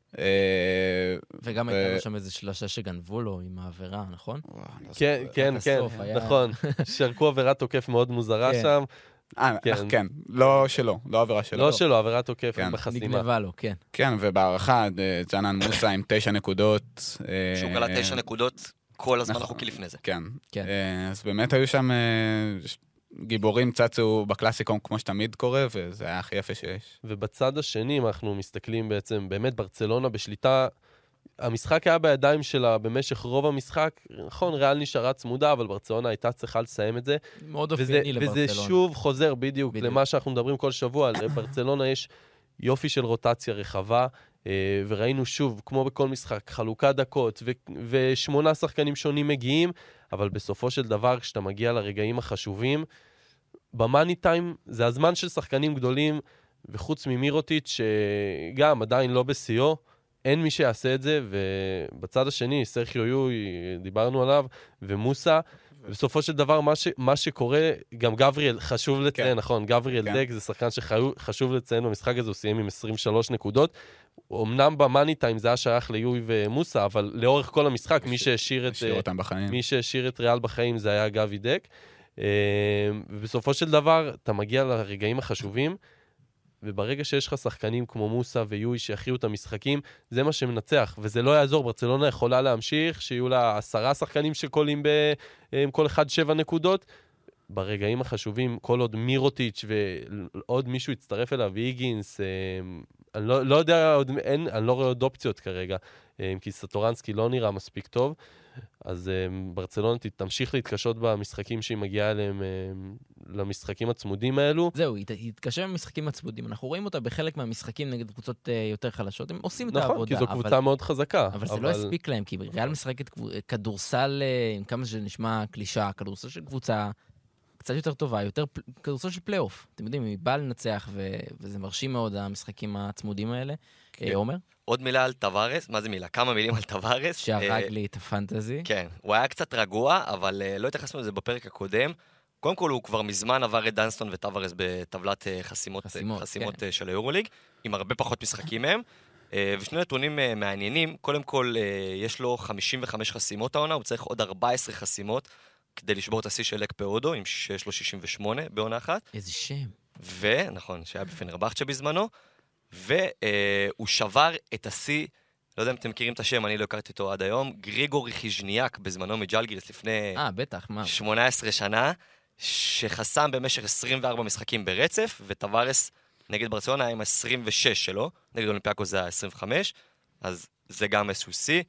וגם הייתה לו שם איזה שלושה שגנבו לו עם העבירה, נכון? כן, כן, כן, נכון. שרקו עבירת תוקף מאוד מוזרה שם. כן, לא שלו, לא עבירה שלו. לא שלו, עבירת תוקף בחסימה. נגנבה לו, כן. כן, ובהערכה, ג'אנן מוסה עם 9 נקודות. שהוא קלה 9 נקודות כל הזמן החוקי לפני זה. כן. אז באמת היו שם גיבורים צצו בקלאסיקום כמו שתמיד קורה, וזה היה הכי יפה שיש. ובצד השני, אנחנו מסתכלים בעצם, באמת ברצלונה בשליטה, המשחק היה בידיים שלה במשך רוב המשחק, נכון, ריאל נשארה צמודה, אבל ברצלונה הייתה צריכה לסיים את זה. מאוד אופייני לברצלונה. וזה שוב חוזר בדיוק למה שאנחנו מדברים כל שבוע, לברצלונה יש יופי של רוטציה רחבה, וראינו שוב, כמו בכל משחק, חלוקה דקות, ו8 שחקנים שונים מגיעים, אבל בסופו של דבר, כשאתה מגיע לרגעים החשובים, במאני טיים זה הזמן של שחקנים גדולים, וחוץ ממירוטיץ' שגם עדיין לא בשיאו, אין מי שיעשה את זה, ובצד השני, סרחיו יוי, דיברנו עליו, ומוסה, בסופו של דבר, מה שקורה, גם גבריאל, חשוב לציין, נכון, גבריאל דק זה שחקן שחשוב לציין, במשחק הזה הוא סיים עם 23 נקודות, אמנם במאני טיים זה היה שייך ליוי ומוסה, אבל לאורך כל המשחק, מי שהשאיר את ריאל בחיים זה היה גבי דק, ובסופו של דבר, אתה מגיע לרגעים החשובים, וברגע שיש לך שחקנים כמו מוסה ויוי שיחיו את המשחקים, זה מה שמנצח, וזה לא יעזור, ברצלונה יכולה להמשיך, שיהיו לה 10 שחקנים שקולים כל אחד 7 נקודות, ברגעים החשובים, כל עוד מירוטיץ' ועוד מישהו יצטרף אליו, איגינס, אני לא יודע, אני לא רואה עוד אופציות כרגע, כי סטורנסקי לא נראה מספיק טוב, אז ברצלונה תמשיך להתקשות במשחקים שהיא מגיעה אליהם, למשחקים הצמודים האלו. זהו, היא תתקשה במשחקים הצמודים. אנחנו רואים אותה בחלק מהמשחקים נגד קבוצות יותר חלשות. הם עושים את העבודה. נכון, כי זו קבוצה מאוד חזקה. אבל זה לא הספיק להם, כי ריאל משחקת כדורסל, עם כמה שנשמע קלישה, כדורסל של קבוצה קצת יותר טובה, כדורסל של פלייאוף. אתם יודעים, היא באה לנצח, וזה מרשים מאוד, המשחקים הצמודים האלה. עומר? עוד מילה על טווארס, מה זה מילה? כמה מילים על טווארס. שהרג לי את הפנטזי. כן, הוא היה קצת רגוע, אבל לא התייחסנו לזה בפרק הקודם. קודם כל, הוא כבר מזמן עבר את דנסטון וטווארס בטבלת חסימות של היורוליג, עם הרבה פחות משחקים מהם. ושני נתונים מעניינים, קודם כל, יש לו 55 חסימות העונה, הוא צריך עוד 14 חסימות, כדי לשבור את השיא של לק פאודו, עם 638 בעונה אחת. איזה שם. ונכון, שהיה בפנרבחצ'ה בזמנו. והוא שבר את השיא, לא יודע אם אתם מכירים את השם, אני לא הכרתי אותו עד היום, גריגורי חיז'ניאק בזמנו מג'לגיריס לפני בטח, 18 שנה, שחסם במשך 24 משחקים ברצף, וטווארס נגד ברצלונה עם 26 שלו, נגד אולימפיאקוס זה 25, אז זה גם איזשהו שיא.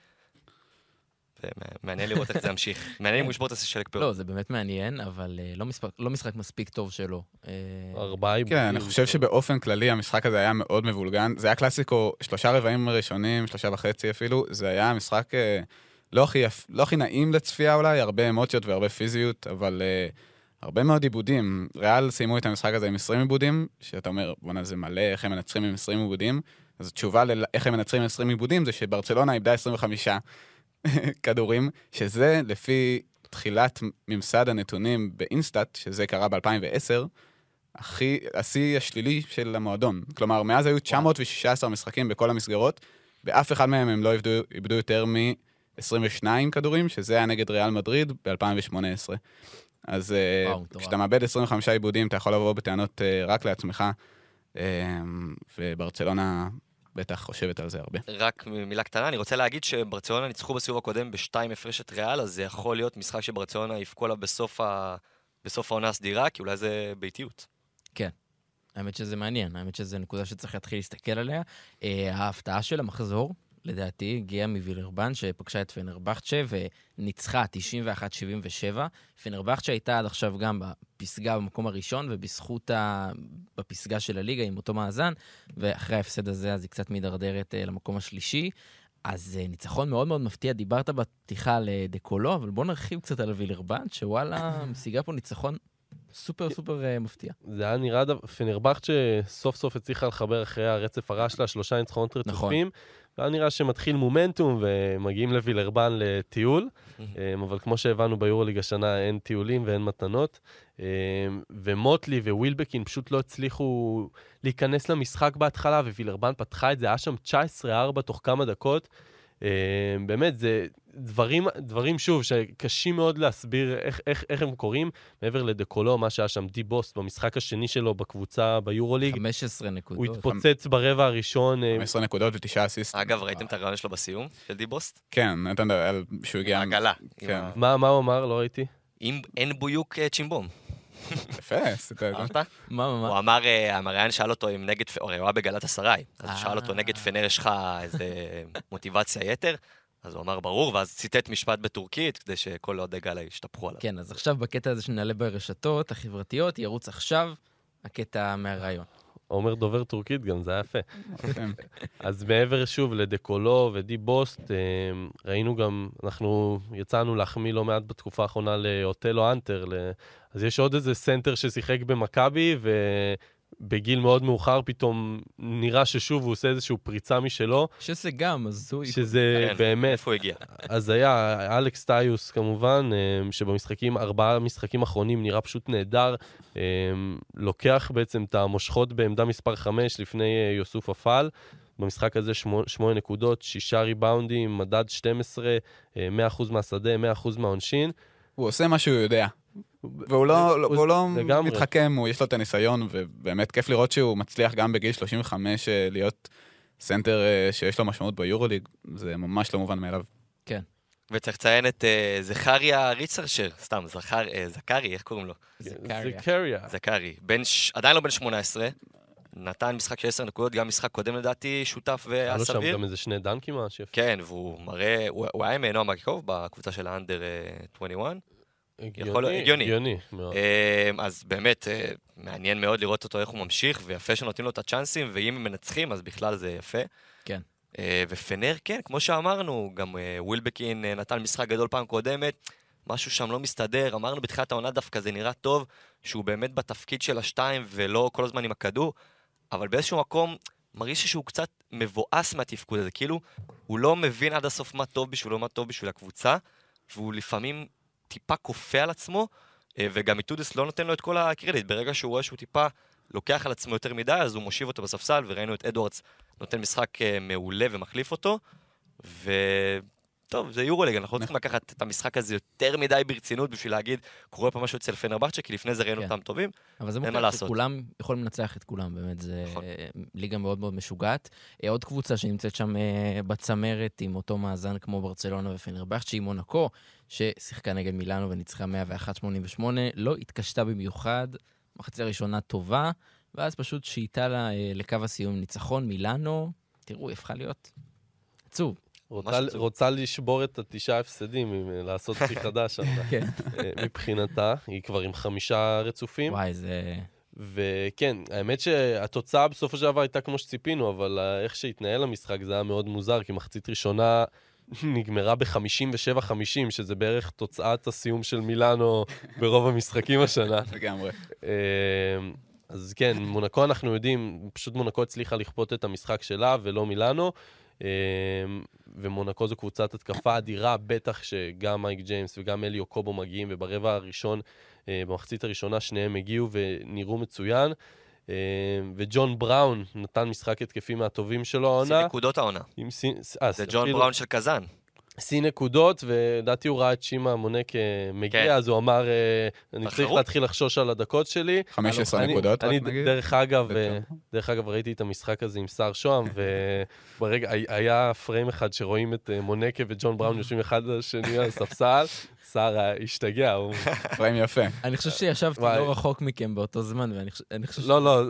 מעניין לראות איך זה ימשיך. מעניין אם הוא ישבור את השיא של לקפאודו. לא, זה באמת מעניין, אבל לא משחק מספיק טוב שלו. 4 כן, אני חושב שבאופן כללי המשחק הזה היה מאוד מבולגן. זה היה קלאסיקו, 3 רבעים ראשונים, 3.5 אפילו. זה היה משחק לא הכי נעים לצפייה אולי, הרבה אמוציות והרבה פיזיות, אבל הרבה מאוד עיבודים. ריאל סיימו את המשחק הזה עם 20 עיבודים, שאתה אומר, בוא'נה, זה מלא, איך הם מנצחים עם 20 עיבודים. אז התשובה לאיך הם מנצחים עם 20 עיבודים זה שברצלונה איבדה 25 כדורים, שזה לפי תחילת ממסד הנתונים באינסטאט, שזה קרה ב-2010, השיא השלילי של המועדון. כלומר, מאז היו 916 משחקים בכל המסגרות, באף אחד מהם הם לא איבדו יותר מ-22 כדורים, שזה היה נגד ריאל מדריד ב-2018. אז כשאתה מאבד 25 עיבודים, אתה יכול לבוא בטענות רק לעצמך, וברצלונה בטח חושבת על זה הרבה. רק מילה קטנה, אני רוצה להגיד שברצלונה ניצחו בסיבוב הקודם ב2 הפרש את ריאל, אז זה יכול להיות משחק שברצלונה יפקו לה בסוף העונה הסדירה, כי אולי זה ביתיות. כן. האמת שזה מעניין, האמת שזה נקודה שצריך להתחיל להסתכל עליה. ההפתעה של המחזור, לדעתי, הגיעה מווילרבן, שפגשה את פנרבחצ'ה וניצחה 91-77. פנרבחצ'ה הייתה עד עכשיו גם בפסגה במקום הראשון, ובזכות בפסגה של הליגה עם אותו מאזן, ואחרי ההפסד הזה, אז היא קצת מדרדרת למקום השלישי. אז ניצחון מאוד מאוד מפתיע, דיברת בפתיחה על דקולו, אבל בוא נרחיב קצת על וילרבן, שוואלה, משיגה פה ניצחון סופר מפתיע. זה היה נראה פנרבחצ'ה שסוף סוף הצליחה לחבר אחרי הרצף הרע שלה, 3 ניצחונות רצופים, והיה נראה שמתחיל מומנטום ומגיעים לווילרבן לטיול, אבל כמו שהבנו ביורוליג השנה אין טיולים ואין מתנות, ומוטלי ווילבקין פשוט לא הצליחו להיכנס למשחק בהתחלה, ווילרבן פתחה את זה, היה שם 19-4 תוך כמה דקות, באמת זה דברים שוב שקשים מאוד להסביר איך הם קוראים, מעבר לדקולו, מה שהיה שם די בוסט במשחק השני שלו בקבוצה ביורוליג. 15 נקודות. הוא התפוצץ ברבע הראשון. 15 נקודות ו9 אסיסט. אגב, ראיתם את הרעיון שלו בסיום של די בוסט? כן, נתן שהוא הגיע... עגלה. מה הוא אמר? לא ראיתי. אם אין בויוק צ'ימבום. יפה, סיפר. מה? הוא אמר, המראיין שאל אותו אם נגד, הרי הוא היה בגלת אסריי, אז הוא שאל אותו נגד פנר יש לך איזה מוטיבציה יתר, אז הוא אמר ברור, ואז ציטט משפט בטורקית, כדי שכל עוד גלה ישתפכו עליו. כן, אז עכשיו בקטע הזה שנעלה ברשתות החברתיות, ירוץ עכשיו הקטע מהרעיון. אומר דובר טורקית גם, זה היה יפה. אז מעבר שוב לדקולו ודי בוסט, ראינו גם, אנחנו יצאנו להחמיא לא מעט בתקופה האחרונה לאוטלו אנטר, אז יש עוד איזה סנטר ששיחק במכבי, ובגיל מאוד מאוחר פתאום נראה ששוב הוא עושה איזשהו פריצה משלו. שזה גם, אז הוא... שזה באמת... איפה הוא הגיע? אז היה אלכס טיוס כמובן, שבמשחקים, 4 משחקים אחרונים נראה פשוט נהדר, לוקח בעצם את המושכות בעמדה מספר 5 לפני יוסוף אפל, במשחק הזה 8 נקודות, 6 ריבאונדים, מדד 12, 100% מהשדה, 100% מהעונשין. הוא עושה מה שהוא יודע. והוא לא מתחכם, יש לו את הניסיון, ובאמת כיף לראות שהוא מצליח גם בגיל 35 להיות סנטר שיש לו משמעות ביורוליג, זה ממש לא מובן מאליו. כן. וצריך לציין את זכריה ריצרשר, סתם, זכרי, איך קוראים לו? זכרי. עדיין לא בן 18, נתן משחק של 10 נקודות, גם משחק קודם לדעתי, שותף והיה סביר. היה לו שם גם איזה 2 דנקים מהשף. כן, והוא מראה, הוא היה עם נועם מרקוב בקבוצה של האנדר 21. הגיוני. אז באמת, מעניין מאוד לראות אותו איך הוא ממשיך, ויפה שנותנים לו את הצ'אנסים, ואם הם מנצחים, אז בכלל זה יפה. כן. ופנר, כן, כמו שאמרנו, גם ווילבקין נתן משחק גדול פעם קודמת, משהו שם לא מסתדר, אמרנו בתחילת העונה דווקא זה נראה טוב, שהוא באמת בתפקיד של השתיים, ולא כל הזמן עם הכדור, אבל באיזשהו מקום מרגיש שהוא קצת מבואס מהתפקוד הזה, כאילו הוא לא מבין עד הסוף מה טוב בשבילו, מה טוב בשביל הקבוצה, והוא לפעמים טיפה כופה על עצמו, וגם איטודס לא נותן לו את כל הקרדיט, ברגע שהוא רואה שהוא טיפה לוקח על עצמו יותר מדי, אז הוא מושיב אותו בספסל, וראינו את אדוארדס נותן משחק מעולה ומחליף אותו, טוב, זה יורוליג, אנחנו לא צריכים לקחת את המשחק הזה יותר מדי ברצינות בשביל להגיד, קורה פה משהו אצל פנרבחצ'ה, כי לפני זה ראינו אותם טובים, אבל זה מוכר שכולם יכולים לנצח את כולם, באמת, זה ליגה מאוד מאוד משוגעת. עוד קבוצה שנמצאת שם בצמרת עם אותו מאזן כמו ברצלונה ופנרבחצ'ה, עם מונקו, ששיחקה נגד מילאנו וניצחה 101-88, לא התקשתה במיוחד, מחצית הראשונה טובה, ואז פשוט שאיתה לה לקו הסיום ניצחון מילאנו, תראו, היא הפכה להיות עצוב. רוצה לשבור את 9 הפסדים, לעשות שיא חדש. מבחינתה, היא כבר עם 5 רצופים. וואי, זה... וכן, האמת שהתוצאה בסופו של דבר הייתה כמו שציפינו, אבל איך שהתנהל המשחק זה היה מאוד מוזר, כי מחצית ראשונה נגמרה ב-57-50, שזה בערך תוצאת הסיום של מילאנו ברוב המשחקים השנה. לגמרי. אז כן, מונקו אנחנו יודעים, פשוט מונקו הצליחה לכפות את המשחק שלה ולא מילאנו, ומונקו זו קבוצת התקפה אדירה, בטח שגם מייק ג'יימס וגם אליו קובו מגיעים, וברבע הראשון, במחצית הראשונה שניהם הגיעו ונראו מצוין, וג'ון בראון נתן משחק התקפי מהטובים שלו העונה. זה נקודות העונה. זה ג'ון בראון של קזן. שיא נקודות, ודעתי הוא ראה את שימה מונק מגיע, אז הוא אמר, אני צריך להתחיל לחשוש על הדקות שלי. 15 נקודות, רק נגיד. דרך אגב, ראיתי את המשחק הזה עם שר שוהם, וברגע, היה פריים אחד שרואים את מונקה וג'ון בראון יושבים אחד לשני על ספסל, שר השתגע. פריים יפה. אני חושב שישבתי לא רחוק מכם באותו זמן, ואני חושב...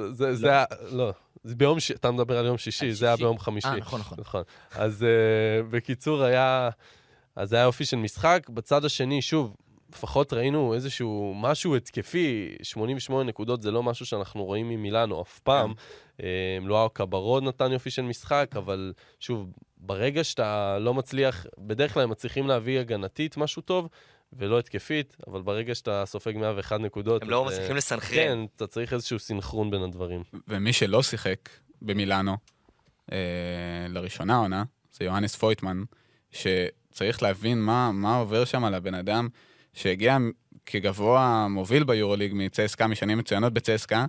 לא, זה ביום, אתה מדבר על יום שישי, זה היה ביום חמישי. נכון. אז בקיצור אז היה אופי של משחק. בצד השני, שוב, לפחות ראינו איזשהו משהו התקפי, 88 נקודות זה לא משהו שאנחנו רואים ממילאנו אף פעם. לא קברוד נתן יופי של משחק, אבל שוב, ברגע שאתה לא מצליח, בדרך כלל הם מצליחים להביא הגנתית משהו טוב, ולא התקפית, אבל ברגע שאתה סופג 101 נקודות... הם לא מצליחים לסנכרן. כן, אתה צריך איזשהו סינכרון בין הדברים. ומי שלא שיחק במילאנו, לראשונה עונה, זה יוהנס פויטמן, שצריך להבין מה עובר שם על הבן אדם, שהגיע כגבוה מוביל ביורוליג מצסקה, משנים מצוינות בצסקה,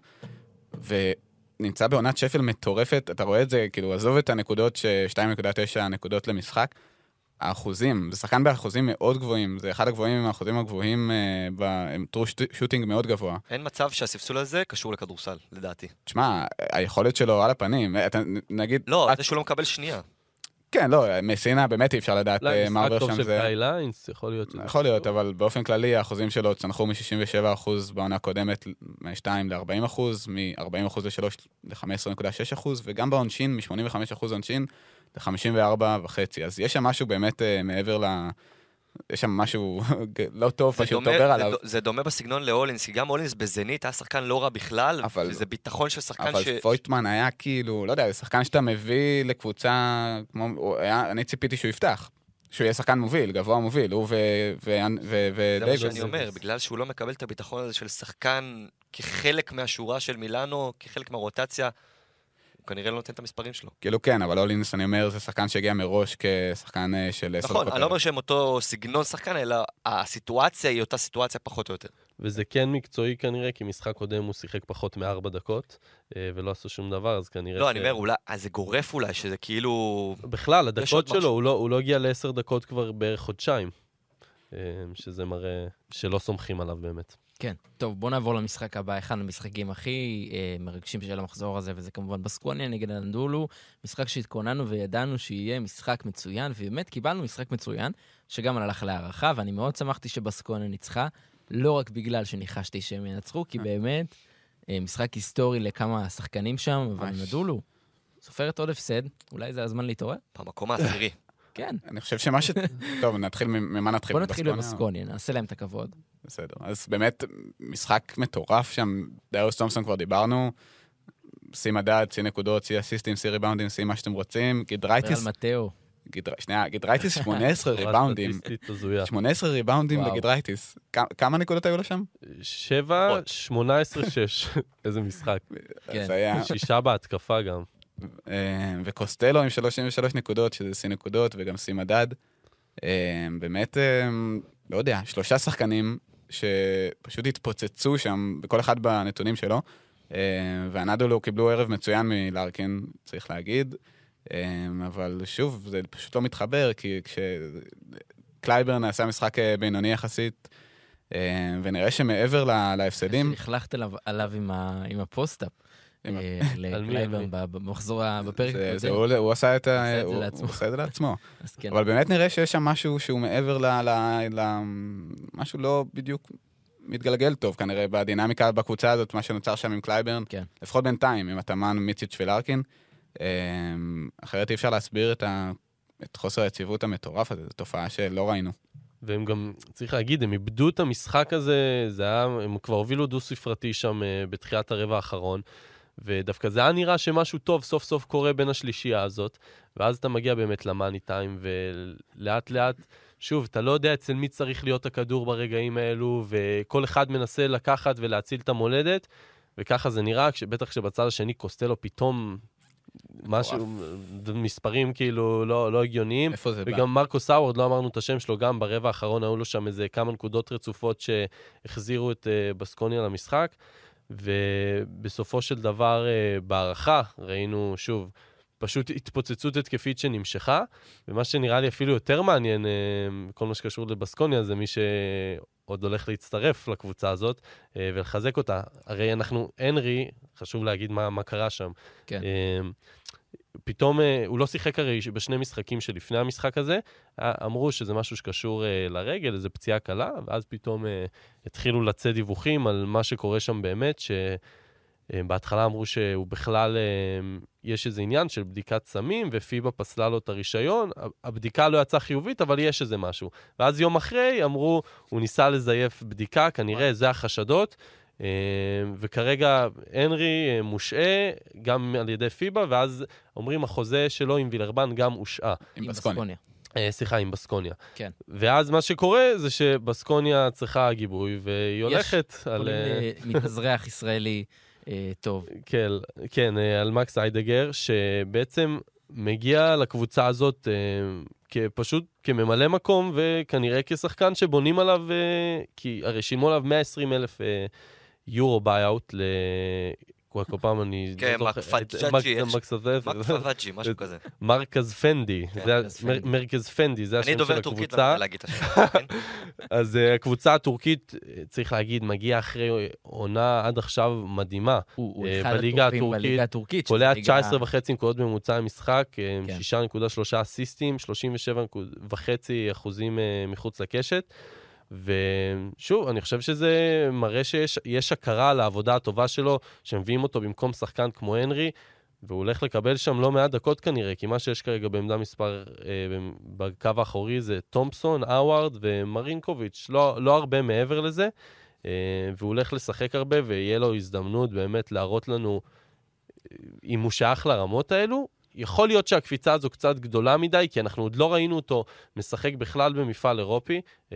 ונמצא בעונת שפל מטורפת, אתה רואה את זה, כאילו, עזוב את הנקודות, 2.9 נקודות למשחק, האחוזים, זה שחקן באחוזים מאוד גבוהים, זה אחד הגבוהים עם האחוזים הגבוהים, עם טרו שוטינג מאוד גבוה. אין מצב שהספסול הזה קשור לכדורסל, לדעתי. תשמע, היכולת שלו על הפנים, נגיד... לא, זה שהוא לא מקבל שנייה. כן, לא, מסינה באמת אי אפשר לדעת מה עובר שם. משחק טוב של קאי ליינס, יכול להיות. יכול להיות, אבל באופן כללי האחוזים שלו צנחו מ-67% בעונה קודמת, מ-2 ל-40%, מ-40% ל-3 ל-15.6%, וגם בעונשין, מ-85% עונשין ל-54.5%. אז יש שם משהו באמת מעבר ל... יש שם משהו לא טוב, פשוט עובר עליו. זה דומה בסגנון לאולינס, כי גם אולינס בזנית היה שחקן לא רע בכלל, וזה ביטחון של שחקן אבל פויטמן היה כאילו, לא יודע, זה שחקן שאתה מביא לקבוצה, אני ציפיתי שהוא יפתח, שהוא יהיה שחקן מוביל, גבוה מוביל, הוא זה מה שאני אומר, בגלל שהוא לא מקבל את הביטחון הזה של שחקן כחלק מהשורה של מילאנו, כחלק מהרוטציה, הוא כנראה לא נותן את המספרים שלו. כאילו כן, אבל אולינס, אני אומר, זה שחקן שהגיע מראש כשחקן של 10 דקות. נכון, אני לא אומר שהם אותו סגנון שחקן, אלא הסיטואציה היא אותה סיטואציה פחות או יותר. וזה כן מקצועי כנראה, כי משחק קודם הוא שיחק פחות מ4 דקות, ולא עשו שום דבר, אז כנראה... לא, אני אומר, אולי, אז זה גורף אולי, שזה כאילו... בכלל, הדקות שלו, הוא לא הגיע ל10 דקות כבר בערך חודשיים, שזה מראה שלא סומכים עליו באמת. כן. טוב, בוא נעבור למשחק הבא, אחד המשחקים הכי מרגשים של המחזור הזה, וזה כמובן בסקוניה נגד אנדולו, משחק שהתכוננו וידענו שיהיה משחק מצוין, ובאמת קיבלנו משחק מצוין, שגם הלך להערכה, ואני מאוד שמחתי שבסקוניה ניצחה, לא רק בגלל שניחשתי שהם ינצחו, כי באמת משחק היסטורי לכמה שחקנים שם, אבל אנדולו סופרת עוד הפסד, אולי זה הזמן להתעורר? במקום העשירי. כן. אני חושב שמה טוב, נתחיל, ממה נתחיל? בוא נתחיל בבסקוניה, נעשה להם את הכבוד. בסדר. אז באמת, משחק מטורף שם, דאריוס תומפסון כבר דיברנו, שיא מדד, שיא נקודות, שיא אסיסטים, שיא ריבאונדים, שיא מה שאתם רוצים, גידרייטיס... שנייה, גידרייטיס 18 ריבאונדים. 18 ריבאונדים בגידרייטיס. כמה נקודות היו לו שם? 7, 18, 6. איזה משחק. 6 בהתקפה גם. וקוסטלו עם 33 נקודות, שזה שיא נקודות וגם שיא מדד. באמת, לא יודע, 3 שחקנים שפשוט התפוצצו שם, בכל אחד בנתונים שלו, והנדולו קיבלו ערב מצוין מלארקין, צריך להגיד, אבל שוב, זה פשוט לא מתחבר, כי כשקלייברן נעשה משחק בינוני יחסית, ונראה שמעבר להפסדים... החלכת עליו עם הפוסט-אפ. לקלייברן במחזור, בפרק הזה. הוא עשה את זה לעצמו. אבל באמת נראה שיש שם משהו שהוא מעבר משהו לא בדיוק מתגלגל טוב, כנראה בדינמיקה בקבוצה הזאת, מה שנוצר שם עם קלייברן, לפחות בינתיים, עם התאמן מיציץ' ולארקין. אחרת אי אפשר להסביר את חוסר היציבות המטורף הזה, זו תופעה שלא ראינו. והם גם, צריך להגיד, הם איבדו את המשחק הזה, הם כבר הובילו דו-ספרתי שם בתחילת הרבע האחרון, ודווקא זה היה נראה שמשהו טוב סוף סוף קורה בין השלישייה הזאת, ואז אתה מגיע באמת למאני טיים, ולאט לאט, שוב, אתה לא יודע אצל מי צריך להיות הכדור ברגעים האלו, וכל אחד מנסה לקחת ולהציל את המולדת, וככה זה נראה, בטח שבצד השני קוסטלו פתאום משהו, מספרים כאילו לא הגיוניים, וגם מרקו סאוורד, לא אמרנו את השם שלו, גם ברבע האחרון היו לו שם איזה כמה נקודות רצופות שהחזירו את בסקוניה למשחק, ובסופו של דבר, בהערכה, ראינו שוב, פשוט התפוצצות התקפית שנמשכה, ומה שנראה לי אפילו יותר מעניין, כל מה שקשור לבסקוניה, זה מי שעוד הולך להצטרף לקבוצה הזאת, ולחזק אותה. הרי הנרי, חשוב להגיד מה קרה שם. כן. פתאום, הוא לא שיחק הרי בשני משחקים שלפני המשחק הזה, אמרו שזה משהו שקשור לרגל, איזו פציעה קלה, ואז פתאום התחילו לצאת דיווחים על מה שקורה שם באמת, בהתחלה אמרו שהוא בכלל, יש איזה עניין של בדיקת סמים, ופיבה פסלה לו את הרישיון, הבדיקה לא יצאה חיובית, אבל יש איזה משהו. ואז יום אחרי אמרו, הוא ניסה לזייף בדיקה, כנראה זה החשדות, וכרגע הנרי מושעה גם על ידי פיבה, ואז אומרים החוזה שלו עם וילרבן גם הושעה. עם בסקוניה. סליחה, עם בסקוניה. כן. ואז מה שקורה זה שבסקוניה צריכה גיבוי, והיא הולכת על... מתאזרח ישראלי טוב. כן, על מקס היידגר, שבעצם מגיע לקבוצה הזאת פשוט כממלא מקום, וכנראה כשחקן שבונים עליו, כי הרי שילמו עליו 120,000 יורו ביי-אוט כל פעם אני... כן, מקפבג'י, משהו כזה. מרכז פנדי, מרכז פנדי, זה השם של הקבוצה. אני דובר טורקית ואני להגיד את השם. אז הקבוצה הטורקית, צריך להגיד, מגיעה אחרי עונה עד עכשיו מדהימה. הוא אחד הטורקים בליגה הטורקית. קולע 19.5 נקודות בממוצע למשחק, 6.3 אסיסטים, 37.5% מחוץ לקשת. ושוב, אני חושב שזה מראה שיש הכרה על העבודה הטובה שלו, שמביאים אותו במקום שחקן כמו הנרי, והוא הולך לקבל שם לא מעט דקות כנראה, כי מה שיש כרגע בעמדה מספר בקו האחורי זה תומפסון, אווארד ומרינקוביץ', לא הרבה מעבר לזה, והוא הולך לשחק הרבה, ויהיה לו הזדמנות באמת להראות לנו אם הוא שייך לרמות האלו. יכול להיות שהקפיצה הזו קצת גדולה מדי, כי אנחנו עוד לא ראינו אותו משחק בכלל במפעל אירופי,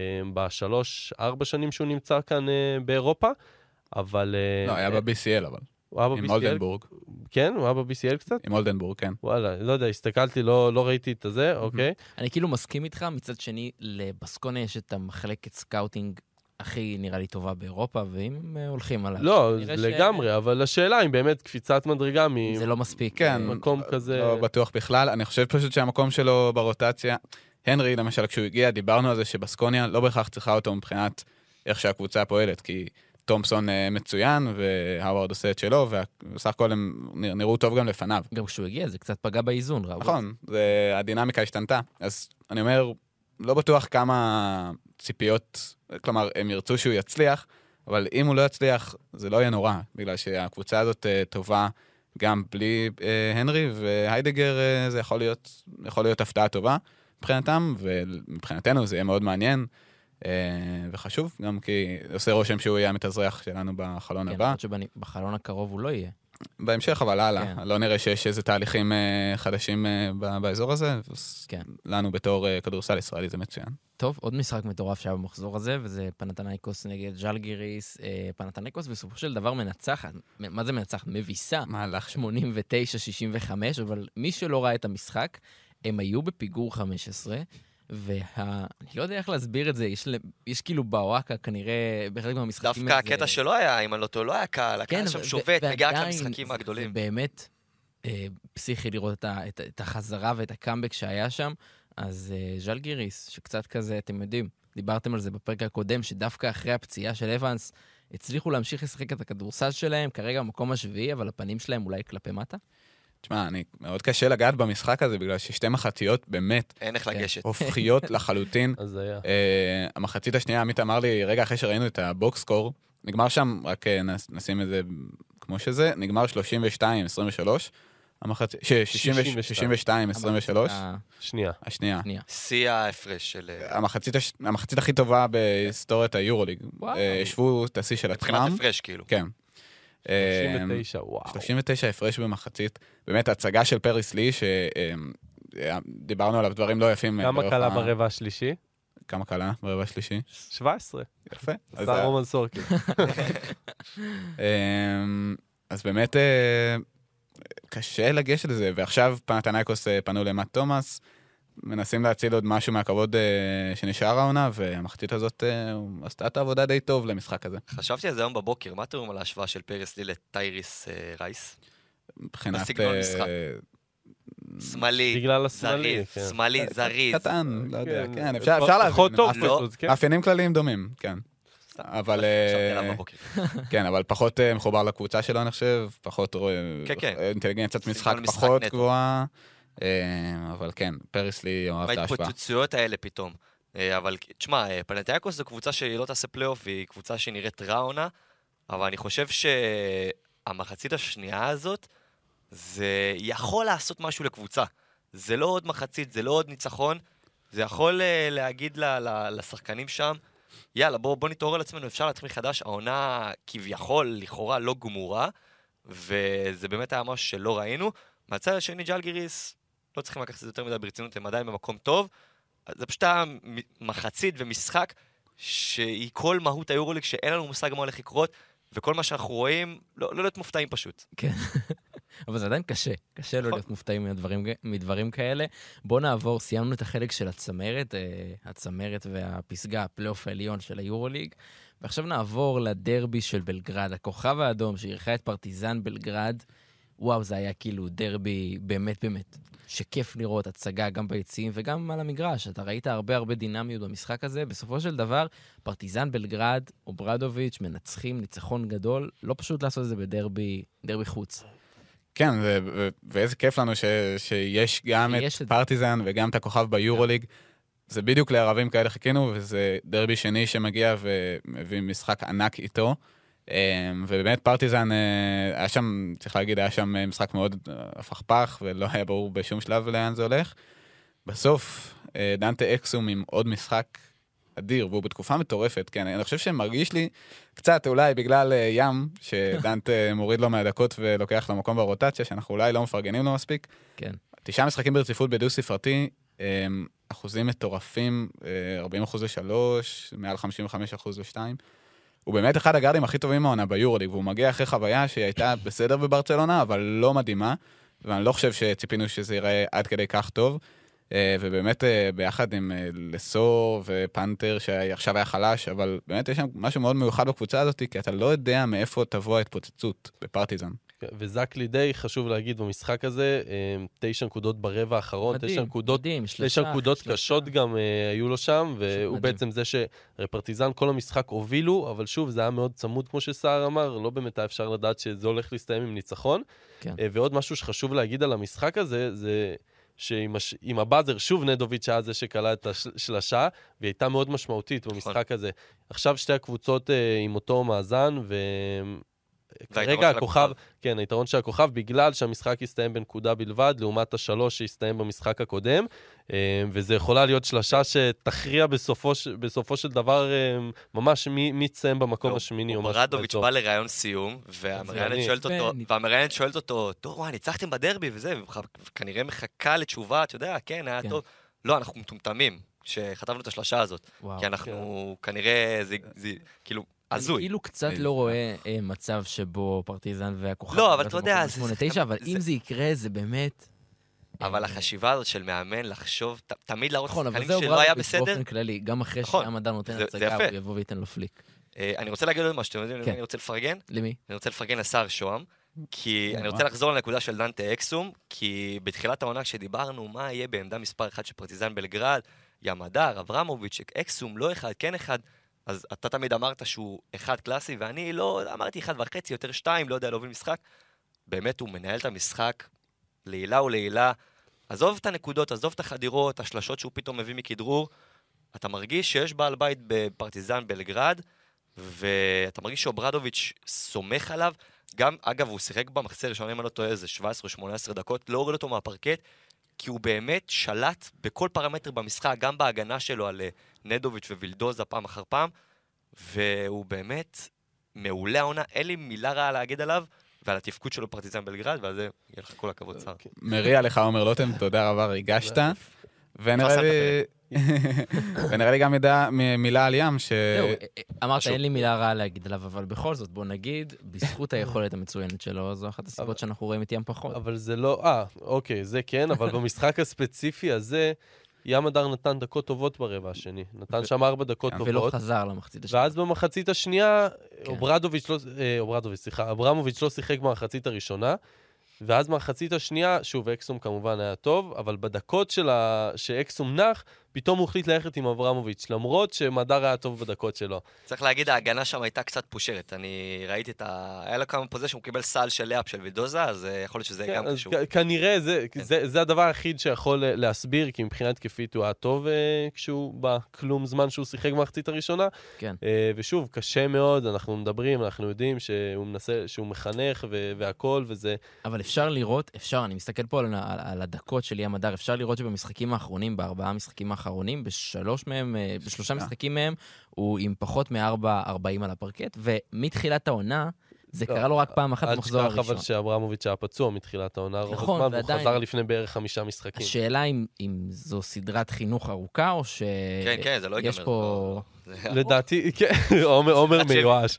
ב3-4 שנים שהוא נמצא כאן באירופה, אבל... לא, היה ב-BCL אבל. הוא היה ב-BCL? עם אולדנבורג. כן? הוא היה ב-BCL קצת? עם אולדנבורג, כן. וואלה, לא יודע, הסתכלתי, לא ראיתי את זה, אוקיי. אני כאילו מסכים איתך, מצד שני, לבסקוניה יש את המחלקת סקאוטינג הכי נראה לי טובה באירופה, ואם הולכים עליו... לא, לגמרי, אבל השאלה אם באמת קפיצת מדרגה זה לא מספיק. כן, מקום כזה... לא בטוח בכלל. אני חושב פשוט שהמקום שלו ברוטציה, הנרי, למשל, כשהוא הגיע, דיברנו על זה שבסקוניה לא בהכרח צריכה אותו מבחינת איך שהקבוצה פועלת, כי תומפסון מצוין, והאוורד עושה את שלו, ובסך הכל הם נראו טוב גם לפניו. גם כשהוא הגיע, זה קצת פגע באיזון. נכון, הדינמיקה השתנתה. אז אני אומר, לא בטוח כמה ציפיות, כלומר, הם ירצו שהוא יצליח, אבל אם הוא לא יצליח, זה לא יהיה נורא, בגלל שהקבוצה הזאת טובה גם בלי הנרי, והיידגר זה יכול להיות הפתעה טובה מבחינתם, ומבחינתנו זה יהיה מאוד מעניין וחשוב, גם כי עושה רושם שהוא יהיה המתאזרח שלנו בחלון הבא. כן, שבחלון הקרוב הוא לא יהיה. בהמשך, אבל הלאה. לא נראה שיש איזה תהליכים חדשים באזור הזה, לנו בתור כדורסל ישראלי זה מצוין. טוב, עוד משחק מטורף שהיה במחזור הזה, וזה פנתנייקוס נגד ז'לגיריס. פנתנייקוס בסופו של דבר מנצחת. מה זה מנצחת? מביסה. 89-65, אבל מי שלא ראה את המשחק, הם היו בפיגור 15, אני לא יודע איך להסביר את זה, יש כאילו באוואקה כנראה בחלק מהמשחקים... דווקא הקטע שלא היה, אם אני לא טועה, לא היה קהל, הקהל שם שובת, מגיע רק למשחקים הגדולים. זה באמת פסיכי לראות את החזרה ואת הקאמבק שהיה שם, אז ז'לגיריס, שקצת כזה, אתם יודעים, דיברתם על זה בפרק הקודם, שדווקא אחרי הפציעה של אבנס, הצליחו להמשיך לשחק את הכדורסל שלהם, כרגע במקום השביעי, אבל הפנים שלהם אולי כלפי מטה. תשמע, מאוד קשה לגעת במשחק הזה, בגלל ששתי מחציות באמת... אין איך לגשת. הופכיות לחלוטין. אז היה. המחצית השנייה, עמית אמר לי, רגע אחרי שראינו את הבוקס סקור, נגמר שם, רק נשים את זה כמו שזה, נגמר 32-23, 62-23. שנייה. השנייה. שיא ההפרש של... המחצית הכי טובה בהיסטוריית היורוליג. ישבו את השיא של עצמם. מבחינת הפרש, כאילו. כן. 39, וואו. 39 הפרש במחצית. באמת, הצגה של פריס לי, שדיברנו עליו דברים לא יפים. כמה קלה ברבע השלישי? כמה קלה ברבע השלישי? 17. יפה. אז זה רומן סורקי. אז באמת קשה לגשת לזה, ועכשיו פנתנייקוס פנו למט תומאס, מנסים להציל עוד משהו מהכבוד שנשאר העונה, והמחצית הזאת עשתה את העבודה די טוב למשחק הזה. חשבתי על זה היום בבוקר, מה אתם אומרים על ההשוואה של פריס לי לטייריס רייס? מבחינת... שמאלי, בגלל השמאלי, כן. שמאלי, זריז. קטן, לא יודע, כן, אפשר להבין. מאפיינים כלליים דומים, כן. אבל כן, אבל פחות מחובר לקבוצה שלו, אני חושב, פחות אינטליגנציית משחק פחות גבוהה, אבל כן, פריסלי אוהב את ההשפעה. ההתפוצצויות האלה פתאום. אבל תשמע, פנתיאקוס זו קבוצה שהיא לא תעשה פלייאוף, והיא קבוצה שנראית רע עונה, אבל אני חושב שהמחצית השנייה הזאת, זה יכול לעשות משהו לקבוצה. זה לא עוד מחצית, זה לא עוד ניצחון, זה יכול להגיד לשחקנים שם, יאללה, בוא נתעורר על עצמנו, אפשר להתחיל מחדש, העונה כביכול, לכאורה, לא גמורה, וזה באמת היה משהו שלא ראינו. מהצד השני, ג'לגיריס, לא צריכים לקחת את זה יותר מדי ברצינות, הם עדיין במקום טוב. זה פשוט היה מחצית ומשחק שהיא כל מהות היורוליג, שאין לנו מושג מה הולך לקרות, וכל מה שאנחנו רואים, לא להיות מופתעים פשוט. כן, אבל זה עדיין קשה לא להיות מופתעים מדברים כאלה. בואו נעבור, סיימנו את החלק של הצמרת והפסגה, הפלייאוף העליון של היורוליג, ועכשיו נעבור לדרבי של בלגרד, הכוכב האדום שאירחה את פרטיזן בלגרד. וואו, זה היה כאילו דרבי באמת שכיף לראות הצגה גם ביציעים וגם על המגרש. אתה ראית הרבה דינמיות במשחק הזה. בסופו של דבר, פרטיזן בלגרד, אוברדוביץ' מנצחים ניצחון גדול. לא פשוט לעשות את זה בדרבי חוץ. כן, ואיזה כיף לנו שיש גם את פרטיזן וגם את הכוכב ביורוליג. זה בדיוק לערבים כאלה חיכינו, וזה דרבי שני שמגיע ומביא משחק ענק איתו. ובאמת פרטיזן, היה שם, צריך להגיד, היה שם משחק מאוד הפכפך, ולא היה ברור בשום שלב לאן זה הולך. בסוף, דנטה אקסום עם עוד משחק אדיר, והוא בתקופה מטורפת, כן, אני חושב שמרגיש לי קצת, אולי בגלל ים, שדנטה מוריד לו מהדקות ולוקח למקום ברוטציה, שאנחנו אולי לא מפרגנים לו מספיק. כן. 9 משחקים ברציפות בדו ספרתי, אחוזים מטורפים, 40% ל-3, מעל 55% ל-2. הוא באמת אחד הגארדים הכי טובים מהעונה ביורוליג, והוא מגיע אחרי חוויה שהיא הייתה בסדר בברצלונה, אבל לא מדהימה, ואני לא חושב שציפינו שזה ייראה עד כדי כך טוב, ובאמת ביחד עם לסור ופנטר, שעכשיו היה חלש, אבל באמת יש שם משהו מאוד מיוחד בקבוצה הזאת, כי אתה לא יודע מאיפה תבוא ההתפוצצות בפרטיזן. וזק לידי, חשוב להגיד במשחק הזה, 9 נקודות ברבע האחרון, 9 נקודות קשות גם היו לו שם, והוא בעצם זה שפרטיזן כל המשחק הובילו, אבל שוב, זה היה מאוד צמוד כמו שסער אמר, לא באמת היה אפשר לדעת שזה הולך להסתיים עם ניצחון. ועוד משהו שחשוב להגיד על המשחק הזה, זה שעם הבאזר, שוב נדוביץ' היה זה שקלה את השלשה, והיא הייתה מאוד משמעותית במשחק הזה. עכשיו שתי הקבוצות עם אותו מאזן, כרגע הכוכב, כן, היתרון של הכוכב, בגלל שהמשחק יסתיים בנקודה בלבד, לעומת השלוש שיסתיים במשחק הקודם, וזה יכולה להיות שלשה שתכריע בסופו של דבר, ממש מי תסיים במקום השמיני או משהו. ברדוביץ' בא לרעיון סיום, והמראיינת שואלת אותו, טוב, ניצחתם בדרבי וזה, וכנראה מחכה לתשובה, אתה יודע, כן, היה טוב. לא, אנחנו מטומטמים שחטפנו את השלשה הזאת, כי אנחנו כנראה, זה כאילו, אני כאילו קצת לא רואה מצב שבו פרטיזן והכוכב... לא, אבל אתה יודע... אבל אם זה יקרה, זה באמת... אבל החשיבה הזאת של מאמן לחשוב, תמיד להראות שחקנים שלא היה בסדר... באופן כללי, גם אחרי שהמדע נותן הצגה, הוא יבוא וייתן לו פליק. אני רוצה להגיד עוד מה שאתם יודעים, אני רוצה לפרגן. למי? אני רוצה לפרגן לסער שוהם, כי אני רוצה לחזור לנקודה של דנטה אקסום, כי בתחילת העונה כשדיברנו מה יהיה בעמדה מספר 1 של פרטיזן בלגרד, ימדר, אברמוביץ', אקסום, לא אחד, כן אחד, אז אתה תמיד אמרת שהוא אחד קלאסי, ואני לא אמרתי 1.5, יותר 2, לא יודע להוביל משחק. באמת הוא מנהל את המשחק לעילה ולעילה. עזוב את הנקודות, עזוב את החדירות, השלשות שהוא פתאום מביא מכדרור. אתה מרגיש שיש בעל בית בפרטיזן בלגרד, ואתה מרגיש שאוברדוביץ' סומך עליו. גם, אגב, הוא שיחק במחצית הראשונה, אם אני לא טועה, איזה 17-18 דקות, לא הוריד אותו מהפרקט, כי הוא באמת שלט בכל פרמטר במשחק, גם בהגנה שלו על נדוביץ' ווילדוזה פעם אחר פעם, והוא באמת מעולה העונה, אין לי מילה רעה להגיד עליו, ועל התפקוד שלו פרטיזן בלגרד, ועל זה יהיה לך כל הכבוד צער. מריע לך עומר לוטם, תודה רבה, ריגשת, ונראה לי גם מילה על ים ש... אמרת, אין לי מילה רעה להגיד עליו, אבל בכל זאת, בוא נגיד, בזכות היכולת המצוינת שלו, זו אחת הסיבות שאנחנו רואים את ים פחות. אבל זה לא... אוקיי, זה כן, אבל במשחק הספציפי הזה, ים הדר נתן דקות טובות ברבע השני. נתן שם 4 דקות טובות. ולא חזר למחצית השנייה. ואז במחצית השנייה, אברמוביץ' לא שיחק במחצית הראשונה, ואז מחצית השנייה, שוב, אקסום כמובן היה טוב, אבל בדקות שאקסום נח, פתאום הוא החליט ללכת עם אברמוביץ', למרות שמדר היה טוב בדקות שלו. צריך להגיד, ההגנה שם הייתה קצת פושרת. אני ראיתי היה לו כמה פוזישן, הוא קיבל סל של לאפ של וידוזה, אז יכול להיות שזה גם קשור. כנראה, זה הדבר היחיד שיכול להסביר, כי מבחינת כפית הוא היה טוב כשהוא בכלום זמן שהוא שיחק במחצית הראשונה. ושוב, קשה מאוד, אנחנו מדברים, אנחנו יודעים שהוא מחנך והכל, וזה... אבל אפשר לראות, אני מסתכל פה על הדקות של ים הדר, אפשר לראות שבמשחקים האחרונים, בארבעה משחקים האחרונים, בשלושה משחקים מהם, הוא עם פחות מ-4.40 על הפרקט, ומתחילת העונה, זה קרה לו רק פעם אחת במחזור הראשון. אל תשכח אבל שאברמוביץ' היה פצוע מתחילת העונה, נכון, והוא חזר לפני בערך 5 משחקים. השאלה אם זו סדרת חינוך ארוכה, או כן, זה לא ייגמר. יש פה... לדעתי, כן, עומר מיואש.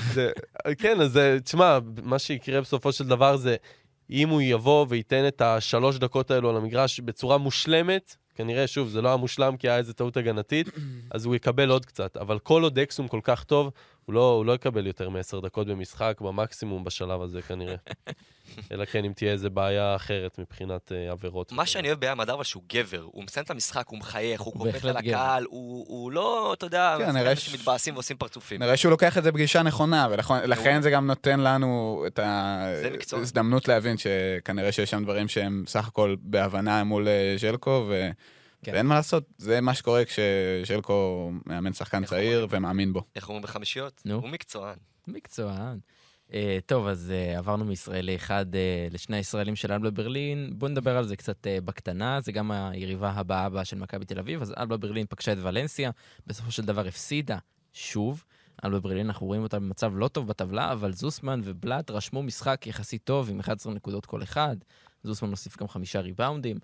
כן, אז תשמע, מה שיקרה בסופו של דבר זה, אם הוא יבוא וייתן את 3 דקות האלו על המגרש בצורה מושלמת, כנראה, שוב, זה לא היה מושלם כי היה איזו טעות הגנתית, אז הוא יקבל עוד קצת. אבל כל עוד אקסום כל כך טוב, הוא לא יקבל יותר מ10 דקות במשחק, במקסימום בשלב הזה כנראה. אלא כן, אם תהיה איזו בעיה אחרת מבחינת עבירות. מה שאני אוהב בים הדר, אבל שהוא גבר, הוא מסיים את המשחק, הוא מחייך, הוא קופץ על הקהל, הוא לא, אתה יודע, מתבאסים ועושים פרצופים. נראה שהוא לוקח את זה בגישה נכונה, ולכן זה גם נותן לנו את ההזדמנות להבין שכנראה שיש שם דברים שהם סך הכל בהבנה מול ז'לקו, ואין מה לעשות, זה מה שקורה כשז'לקו מאמן שחקן צעיר ומאמין בו. איך אומרים בחמישיות? הוא מקצוען. מקצוען. טוב, אז עברנו מישראלי אחד לשני הישראלים של אלבה ברלין. בואו נדבר על זה קצת בקטנה. זה גם היריבה הבאה של מכבי תל אביב. אז אלבה ברלין פגשה את ולנסיה. בסופו של דבר הפסידה שוב. אלבה ברלין, אנחנו רואים אותה במצב לא טוב בטבלה, אבל זוסמן ובלט רשמו משחק יחסית טוב עם 11 נקודות כל אחד. זוסמן נוסיף גם 5 ריבאונדים.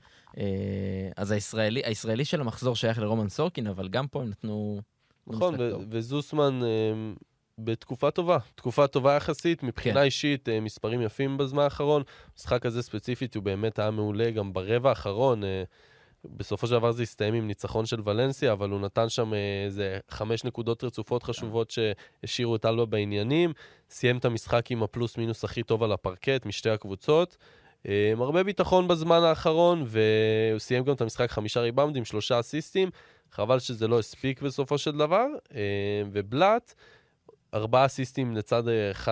אז הישראלי של המחזור שייך לרומן סורקין, אבל גם פה הם נתנו... נכון, וזוסמן... בתקופה טובה, תקופה טובה יחסית, מבחינה אישית, מספרים יפים בזמן האחרון, משחק הזה ספציפית הוא באמת היה מעולה, גם ברבע האחרון, בסופו של דבר זה הסתיים עם ניצחון של ולנסיה, אבל הוא נתן שם איזה 5 נקודות רצופות חשובות שהשאירו את אלבה בעניינים, סיים את המשחק עם הפלוס מינוס הכי טוב על הפרקט משתי הקבוצות, הרבה ביטחון בזמן האחרון, והוא סיים גם את המשחק 5 ריבאונדים, 3 אסיסטים, חבל שזה לא הספיק בסופו של דבר, ובלט, 4 אסיסטים לצד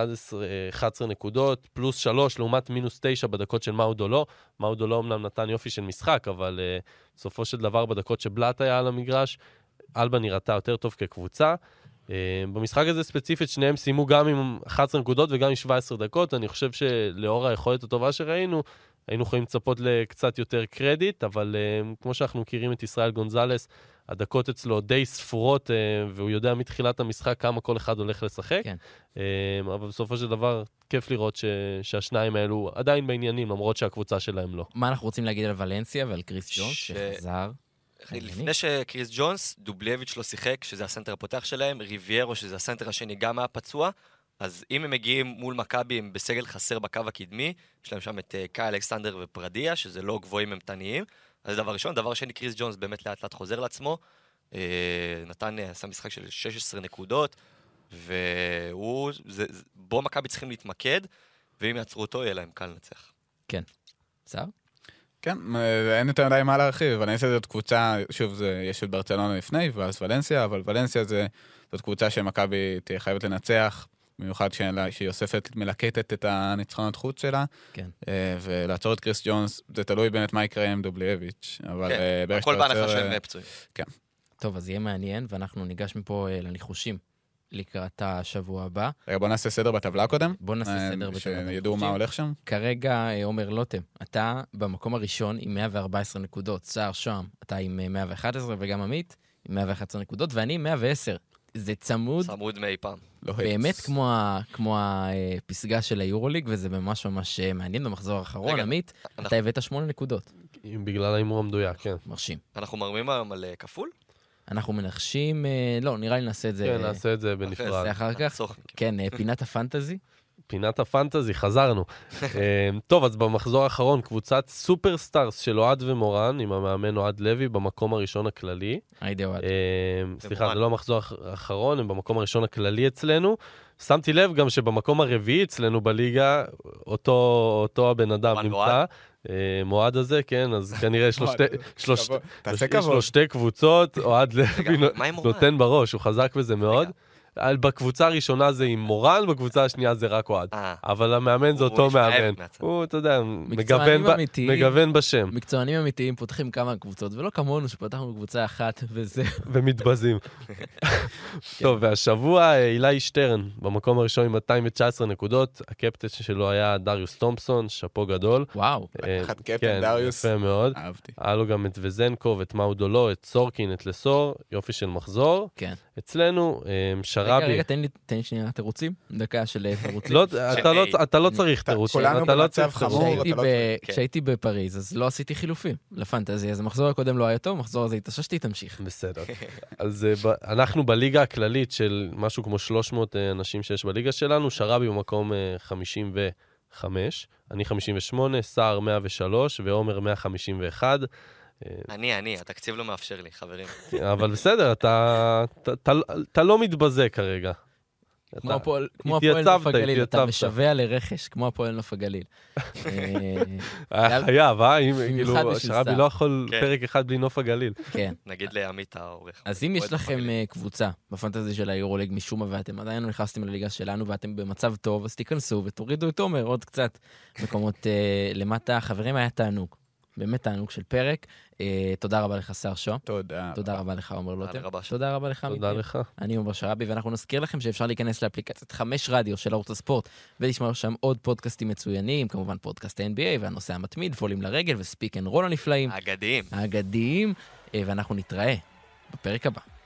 11 נקודות, פלוס 3 לעומת מינוס 9 בדקות של מאודולו. מאודולו אמנם נתן יופי של משחק, אבל בסופו של דבר בדקות שבלט היה על המגרש, אלבה נראתה יותר טוב כקבוצה. במשחק הזה ספציפית שניהם סיימו גם עם 11 נקודות וגם עם 17 דקות. אני חושב שלאור היכולת הטובה שראינו, היינו יכולים לצפות לקצת יותר קרדיט, אבל כמו שאנחנו מכירים את ישראל גונזלס, הדקות אצלו די ספורות, והוא יודע מתחילת המשחק כמה כל אחד הולך לשחק. כן. אבל בסופו של דבר, כיף לראות שהשניים האלו עדיין בעניינים, למרות שהקבוצה שלהם לא. מה אנחנו רוצים להגיד על ולנסיה ועל קריס ג'ונס שחזר? לפני שקריס ג'ונס, דובלייביץ' לא שיחק, שזה הסנטר הפותח שלהם, ריביירו, שזה הסנטר השני, גם היה פצוע, אז אם הם מגיעים מול מכבי בסגל חסר בקו הקדמי, יש להם שם את קאי אלכסנדר ופרדיה, שזה לא גבוהים ממתניים, אז זה דבר ראשון. דבר שני, קריס ג'ונס באמת לאט לאט חוזר לעצמו, עשה משחק של 16 נקודות, בו מכבי צריכים להתמקד, ואם יעצרו אותו, יהיה להם קל לנצח. כן. צער? כן, אין יותר עדיין מה להרחיב. ולנסיה זאת קבוצה, שוב, יש את ברצלונה לפני, ואז ולנסיה, אבל ולנסיה זאת קבוצה שמכבי תהיה חייבת לנצח, במיוחד שהיא אוספת, מלקטת את הניצחונות חוץ שלה, כן. ולעצור את קריס ג'ונס, זה תלוי באמת מה יקרה עם דובלייביץ', אבל כן, הכל בהנחה שהם פצועים. כן. טוב, אז יהיה מעניין, ואנחנו ניגש מפה לניחושים לקראת השבוע הבא. רגע, בוא נעשה סדר בטבלה קודם. בוא נעשה סדר בטבלה. שידעו מה הולך שם. כרגע, עומר לוטם, אתה במקום הראשון עם 114 נקודות, סער שוהם, אתה עם 111, וגם עמית עם 111 נקודות, ואני עם 110. זה צמוד מאי פעם. באמת כמו הפסגה של היורוליג, וזה ממש ממש מעניין במחזור האחרון. עמית, אתה הבאת 8 נקודות. בגלל האימור המדויק, כן. מרשים. אנחנו מרמים היום על כפול? אנחנו מנחשים, לא, נראה לי נעשה את זה. כן, נעשה את זה בנפרד. אחר כך. כן, פינת הפנטזי. פינת הפנטזי, חזרנו. טוב, אז במחזור האחרון, קבוצת סופרסטארס של אוהד ומורן, עם המאמן אוהד לוי, במקום הראשון הכללי. היידה אוהד. סליחה, זה לא המחזור האחרון, הם במקום הראשון הכללי אצלנו. שמתי לב גם שבמקום הרביעי אצלנו בליגה, אותו הבן אדם נמצא. מועד הזה, כן, אז כנראה יש לו שתי קבוצות, אוהד לוי נותן בראש, הוא חזק בזה מאוד. בקבוצה הראשונה זה עם מורן, בקבוצה השנייה זה רק אוהד. אבל המאמן זה אותו מאמן. הוא, אתה יודע, מגוון בשם. מקצוענים אמיתיים פותחים כמה קבוצות, ולא כמונו שפתחנו קבוצה אחת וזה. ומתבזים. טוב, והשבוע אילי שטרן, במקום הראשון עם 219 נקודות, הקפטן שלו היה דריוס תומפסון, שפו גדול. וואו. לקחת קפטן דריוס. יפה מאוד. אהבתי. היה לו גם את וזנקו ואת מאודולו, את סורקין, את לסור, יופי של מחזור. כן. אצלנו, שרבי... רגע, תן לי שנייה תירוצים. דקה של תירוצים. אתה לא צריך תירוצים. כולנו במצב חמור. כשהייתי בפריז, אז לא עשיתי חילופים לפנטזי, אז המחזור הקודם לא היה טוב, המחזור הזה התאוששתי, תמשיך. בסדר. אז אנחנו בליגה הכללית של משהו כמו 300 אנשים שיש בליגה שלנו, שרבי במקום 55, אני 58, סער 103 ועומר 151. התקציב לא מאפשר לי, חברים. אבל בסדר, אתה לא מתבזה כרגע. כמו הפועל נוף הגליל, אתה משווה לרכש, כמו הפועל נוף הגליל. חייב, שרבי לא יכול פרק אחד בלי נוף הגליל. כן. נגיד לעמית העורך. אז אם יש לכם קבוצה בפנטזי של היורוליג משום מה, ואתם עדיין לא נכנסתם לליגה שלנו, ואתם במצב טוב, אז תיכנסו ותורידו את עומר עוד קצת מקומות למטה. חברים, היה תענוג. באמת תענוג של פרק. תודה רבה לך, שר שו. תודה. תודה רבה לך, עומר לוטר. רבה. תודה רבה לך, תודה לך. אני עומר שרבי, ואנחנו נזכיר לכם שאפשר להיכנס לאפליקציית 5 רדיו של ערוץ הספורט, ולשמוע שם עוד פודקאסטים מצוינים, כמובן פודקאסט NBA, והנושא המתמיד, פולים לרגל וספיק אנד רול הנפלאים. האגדיים. ואנחנו נתראה בפרק הבא.